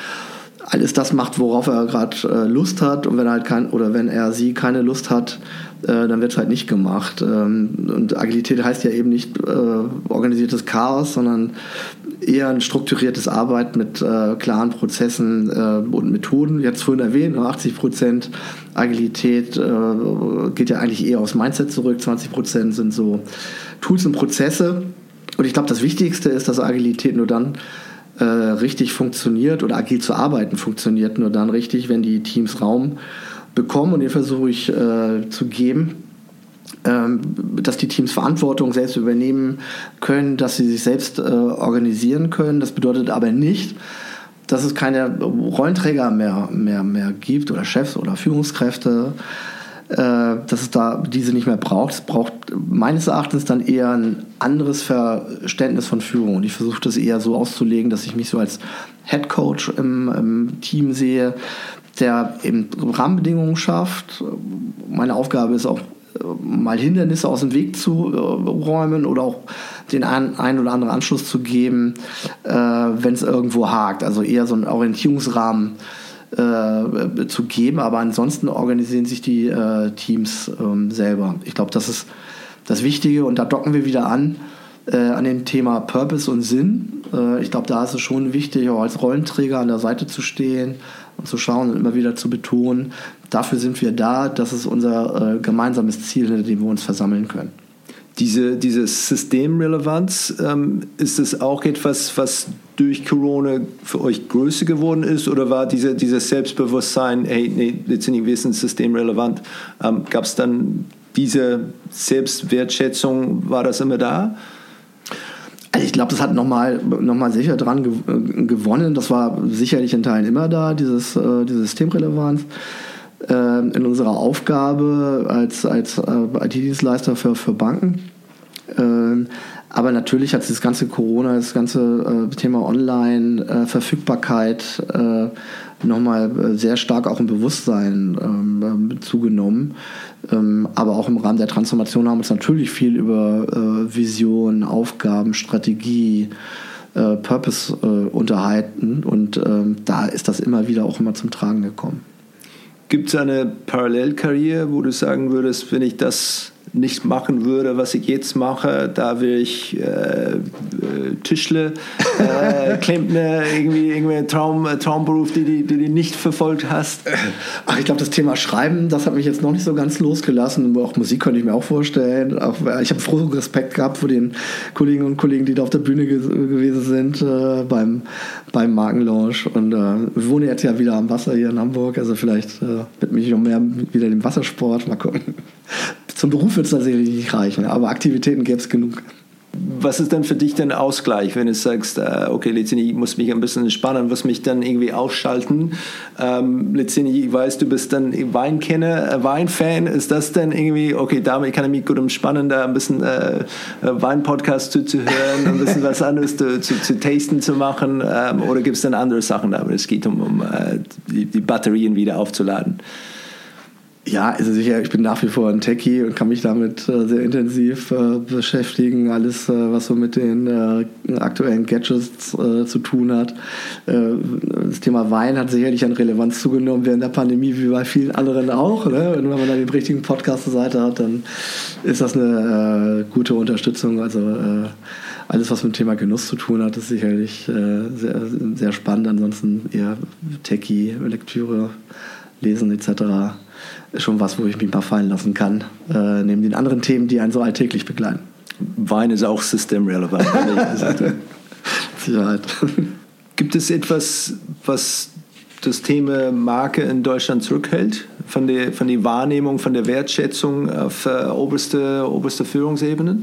Speaker 1: alles das macht, worauf er gerade äh, Lust hat, und wenn er halt kein, oder wenn er sie keine Lust hat, äh, dann wird es halt nicht gemacht. Ähm, und Agilität heißt ja eben nicht äh, organisiertes Chaos, sondern eher ein strukturiertes Arbeiten mit äh, klaren Prozessen äh, und Methoden. Ich hatte es vorhin erwähnt, achtzig Prozent Agilität äh, geht ja eigentlich eher aufs Mindset zurück, zwanzig Prozent sind so Tools und Prozesse. Und ich glaube, das Wichtigste ist, dass Agilität nur dann äh, richtig funktioniert oder agil zu arbeiten funktioniert nur dann richtig, wenn die Teams Raum bekommen, und den versuche ich äh, zu geben, ähm, dass die Teams Verantwortung selbst übernehmen können, dass sie sich selbst äh, organisieren können. Das bedeutet aber nicht, dass es keine Rollenträger mehr, mehr, mehr gibt oder Chefs oder Führungskräfte, äh, dass es da diese nicht mehr braucht. Es braucht meines Erachtens dann eher ein anderes Verständnis von Führung. Und ich versuche das eher so auszulegen, dass ich mich so als Head Coach im, im Team sehe, der eben Rahmenbedingungen schafft. Meine Aufgabe ist auch, mal Hindernisse aus dem Weg zu äh, räumen oder auch den ein, ein oder anderen Anschluss zu geben, äh, wenn es irgendwo hakt. Also eher so einen Orientierungsrahmen äh, zu geben, aber ansonsten organisieren sich die äh, Teams äh, selber. Ich glaube, das ist das Wichtige, und da docken wir wieder an äh, an dem Thema Purpose und Sinn. Äh, ich glaube, da ist es schon wichtig, auch als Rollenträger an der Seite zu stehen und zu schauen und immer wieder zu betonen, dafür sind wir da, das ist unser äh, gemeinsames Ziel, hinter dem wir uns versammeln können.
Speaker 3: Diese, diese Systemrelevanz, ähm, ist es auch etwas, was durch Corona für euch größer geworden ist, oder war diese, dieses Selbstbewusstsein, hey, nee, letztendlich wir sind systemrelevant, ähm, gab es dann diese Selbstwertschätzung, war das immer da?
Speaker 1: Also ich glaube, das hat nochmal noch mal sicher dran gewonnen. Das war sicherlich in Teilen immer da, dieses, äh, diese Systemrelevanz äh, in unserer Aufgabe als, als äh, I T-Dienstleister für, für Banken. Äh, aber natürlich hat das ganze Corona, das ganze äh, Thema Online-Verfügbarkeit äh, nochmal sehr stark auch im Bewusstsein ähm, zugenommen. Ähm, aber auch im Rahmen der Transformation haben wir uns natürlich viel über äh, Vision, Aufgaben, Strategie, äh, Purpose äh, unterhalten, und ähm, da ist das immer wieder auch immer zum Tragen gekommen.
Speaker 3: Gibt es eine Parallelkarriere, wo du sagen würdest, wenn ich das nicht machen würde, was ich jetzt mache, da will ich äh, Tischler, äh, Klempner, irgendwie, irgendwie Traum, Traumberuf, die, die, die du nicht verfolgt hast?
Speaker 1: Ach, ich glaube, das Thema Schreiben, das hat mich jetzt noch nicht so ganz losgelassen. Auch Musik könnte ich mir auch vorstellen. Auch, ich habe frohen Respekt gehabt vor den Kolleginnen und Kollegen, die da auf der Bühne ge- gewesen sind äh, beim, beim Markenlaunch. Und äh, ich wohne jetzt ja wieder am Wasser hier in Hamburg, also vielleicht äh, wird mich noch mehr wieder dem Wassersport, mal gucken. Zum Beruf wird es tatsächlich nicht reichen, aber Aktivitäten gäbe es genug.
Speaker 3: Was ist denn für dich denn Ausgleich, wenn du sagst, äh, okay, letztendlich muss mich ein bisschen entspannen, muss mich dann irgendwie ausschalten? Ähm, letztendlich, ich weiß, du bist dann Weinkenner, äh, Weinfan. Ist das denn irgendwie, okay, damit kann ich mich gut entspannen, da ein bisschen äh, Weinpodcast zuzuhören, ein bisschen was anderes zu, zu, zu tasten zu machen? Ähm, oder gibt es dann andere Sachen, aber es geht um, um äh, die, die Batterien wieder aufzuladen?
Speaker 1: Ja, also sicher, ich bin nach wie vor ein Techie und kann mich damit äh, sehr intensiv äh, beschäftigen. Alles, äh, was so mit den äh, aktuellen Gadgets äh, zu tun hat. Äh, das Thema Wein hat sicherlich an Relevanz zugenommen während der Pandemie, wie bei vielen anderen auch. Ne? Und wenn man dann den richtigen Podcast zur Seite hat, dann ist das eine äh, gute Unterstützung. Also äh, alles, was mit dem Thema Genuss zu tun hat, ist sicherlich äh, sehr, sehr spannend. Ansonsten eher Techie, Lektüre, Lesen et cetera ist schon was, wo ich mich mal fallen lassen kann, äh, neben den anderen Themen, die einen so alltäglich begleiten.
Speaker 3: Wein ist auch systemrelevant.
Speaker 1: Sicherheit.
Speaker 3: Gibt es etwas, was das Thema Marke in Deutschland zurückhält? Von der, von der Wahrnehmung, von der Wertschätzung auf äh, oberste, oberste Führungsebenen?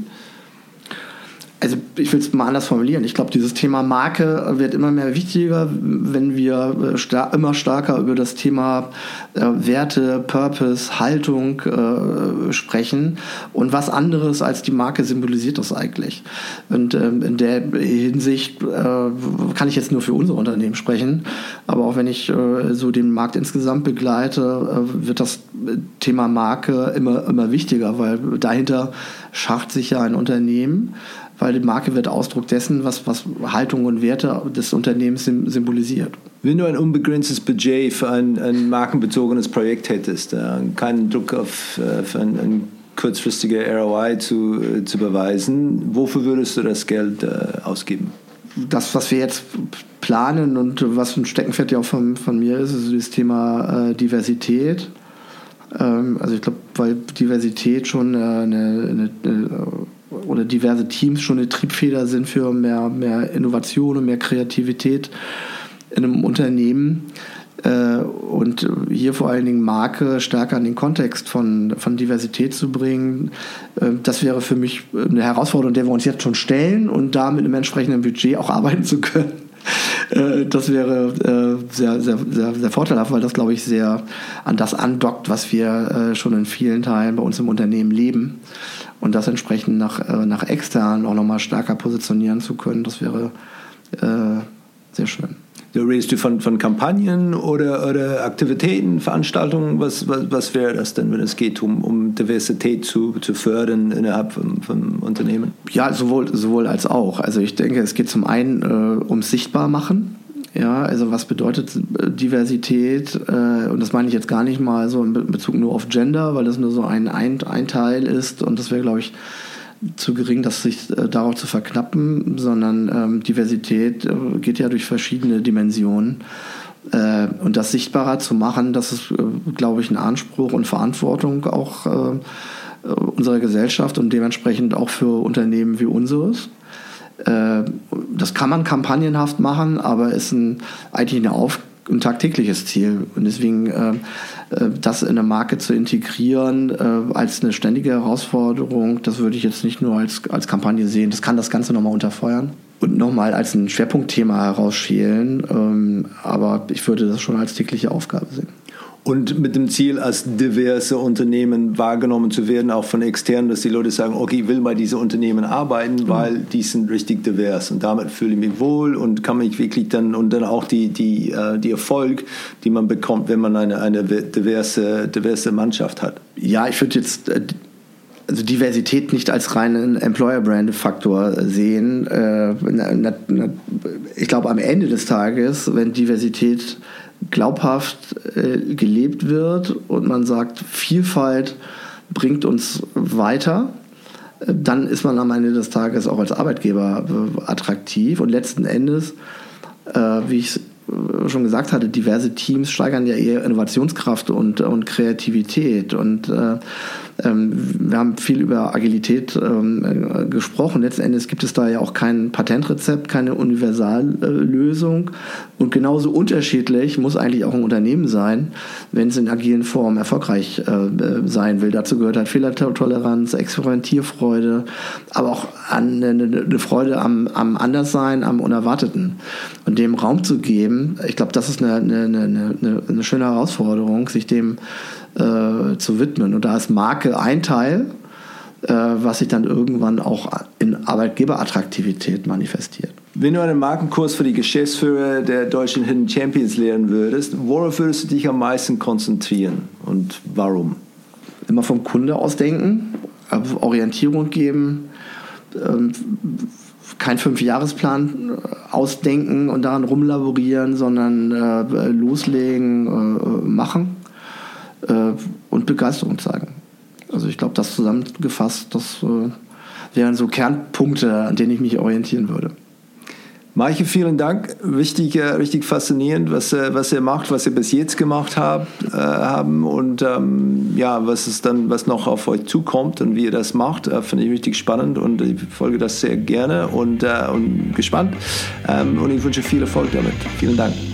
Speaker 1: Also ich will es mal anders formulieren. Ich glaube, dieses Thema Marke wird immer mehr wichtiger, wenn wir star- immer stärker über das Thema äh, Werte, Purpose, Haltung äh, sprechen. Und was anderes als die Marke symbolisiert das eigentlich? Und ähm, in der Hinsicht äh, kann ich jetzt nur für unser Unternehmen sprechen. Aber auch wenn ich äh, so den Markt insgesamt begleite, äh, wird das Thema Marke immer, immer wichtiger, weil dahinter schacht sich ja ein Unternehmen, weil die Marke wird Ausdruck dessen, was, was Haltung und Werte des Unternehmens symbolisiert.
Speaker 3: Wenn du ein unbegrenztes Budget für ein, ein markenbezogenes Projekt hättest, äh, keinen Druck auf äh, für ein, ein kurzfristiger R O I zu, äh, zu beweisen, wofür würdest du das Geld äh, ausgeben?
Speaker 1: Das, was wir jetzt planen und was ein Steckenpferd ja auch von, von mir ist, ist das Thema äh, Diversität. Ähm, also ich glaube, weil Diversität schon äh, eine, eine, eine oder diverse Teams schon eine Triebfeder sind für mehr, mehr Innovation und mehr Kreativität in einem Unternehmen. Äh, und hier vor allen Dingen Marke stärker in den Kontext von, von Diversität zu bringen, äh, das wäre für mich eine Herausforderung, der wir uns jetzt schon stellen und da mit einem entsprechenden Budget auch arbeiten zu können. Äh, das wäre äh, sehr, sehr, sehr, sehr vorteilhaft, weil das, glaube ich, sehr an das andockt, was wir äh, schon in vielen Teilen bei uns im Unternehmen leben. Und das entsprechend nach, äh, nach extern auch nochmal stärker positionieren zu können, das wäre äh, sehr schön.
Speaker 3: Du redest du von, von Kampagnen oder, oder Aktivitäten, Veranstaltungen? Was, was, was wäre das denn, wenn es geht, um, um Diversität zu, zu fördern innerhalb vom, vom Unternehmen?
Speaker 1: Ja, sowohl, sowohl als auch. Also ich denke, es geht zum einen äh, ums Sichtbarmachen. Ja, also was bedeutet Diversität? Äh, und das meine ich jetzt gar nicht mal so in Bezug nur auf Gender, weil das nur so ein, ein, ein Teil ist. Und das wäre, glaube ich, zu gering, das sich äh, darauf zu verknappen, sondern ähm, Diversität äh, geht ja durch verschiedene Dimensionen. Äh, und das sichtbarer zu machen, das ist, äh, glaube ich, ein Anspruch und Verantwortung auch äh, unserer Gesellschaft und dementsprechend auch für Unternehmen wie unseres. Äh, das kann man kampagnenhaft machen, aber ist ein, eigentlich eine Auf- ein tagtägliches Ziel. Und deswegen äh, das in eine Marke zu integrieren äh, als eine ständige Herausforderung, das würde ich jetzt nicht nur als, als Kampagne sehen. Das kann das Ganze nochmal unterfeuern und nochmal als ein Schwerpunktthema herausschälen. Ähm, aber ich würde das schon als tägliche Aufgabe sehen.
Speaker 3: Und mit dem Ziel, als diverse Unternehmen wahrgenommen zu werden, auch von externen, dass die Leute sagen, okay, ich will bei diesen Unternehmen arbeiten, weil die sind richtig divers und damit fühle ich mich wohl und kann mich wirklich dann, und dann auch die, die, die Erfolg, die man bekommt, wenn man eine, eine diverse, diverse Mannschaft hat.
Speaker 1: Ja, ich würde jetzt also Diversität nicht als reinen Employer-Brand-Faktor sehen. Ich glaube, am Ende des Tages, wenn Diversität glaubhaft äh, gelebt wird und man sagt, Vielfalt bringt uns weiter, äh, dann ist man am Ende des Tages auch als Arbeitgeber äh, attraktiv und letzten Endes, äh, wie ich äh, schon gesagt hatte, diverse Teams steigern ja eher Innovationskraft und, und Kreativität und äh, ähm, wir haben viel über Agilität ähm, gesprochen. Letzten Endes gibt es da ja auch kein Patentrezept, keine Universallösung. Und genauso unterschiedlich muss eigentlich auch ein Unternehmen sein, wenn es in agilen Formen erfolgreich äh, sein will. Dazu gehört halt Fehlertoleranz, Experimentierfreude, aber auch an, eine, eine Freude am, am Anderssein, am Unerwarteten. Und dem Raum zu geben, ich glaube, das ist eine, eine, eine, eine schöne Herausforderung, sich dem äh, zu widmen. Und da ist Marke ein Teil, äh, was sich dann irgendwann auch in Arbeitgeberattraktivität manifestiert.
Speaker 3: Wenn du einen Markenkurs für die Geschäftsführer der deutschen Hidden Champions lehren würdest, worauf würdest du dich am meisten konzentrieren und warum?
Speaker 1: Immer vom Kunde aus denken, Orientierung geben, kein Fünfjahresplan ausdenken und daran rumlaborieren, sondern äh, loslegen, äh, machen äh, und Begeisterung zeigen. Also ich glaube, das zusammengefasst, das äh, wären so Kernpunkte, an denen ich mich orientieren würde.
Speaker 3: Maike, vielen Dank. Richtig, äh, richtig faszinierend, was, äh, was ihr macht, was ihr bis jetzt gemacht habt, äh, haben und ähm, ja, was es dann, was noch auf euch zukommt und wie ihr das macht, äh, finde ich richtig spannend und ich folge das sehr gerne und, äh, und gespannt. Ähm, und ich wünsche viel Erfolg damit. Vielen Dank.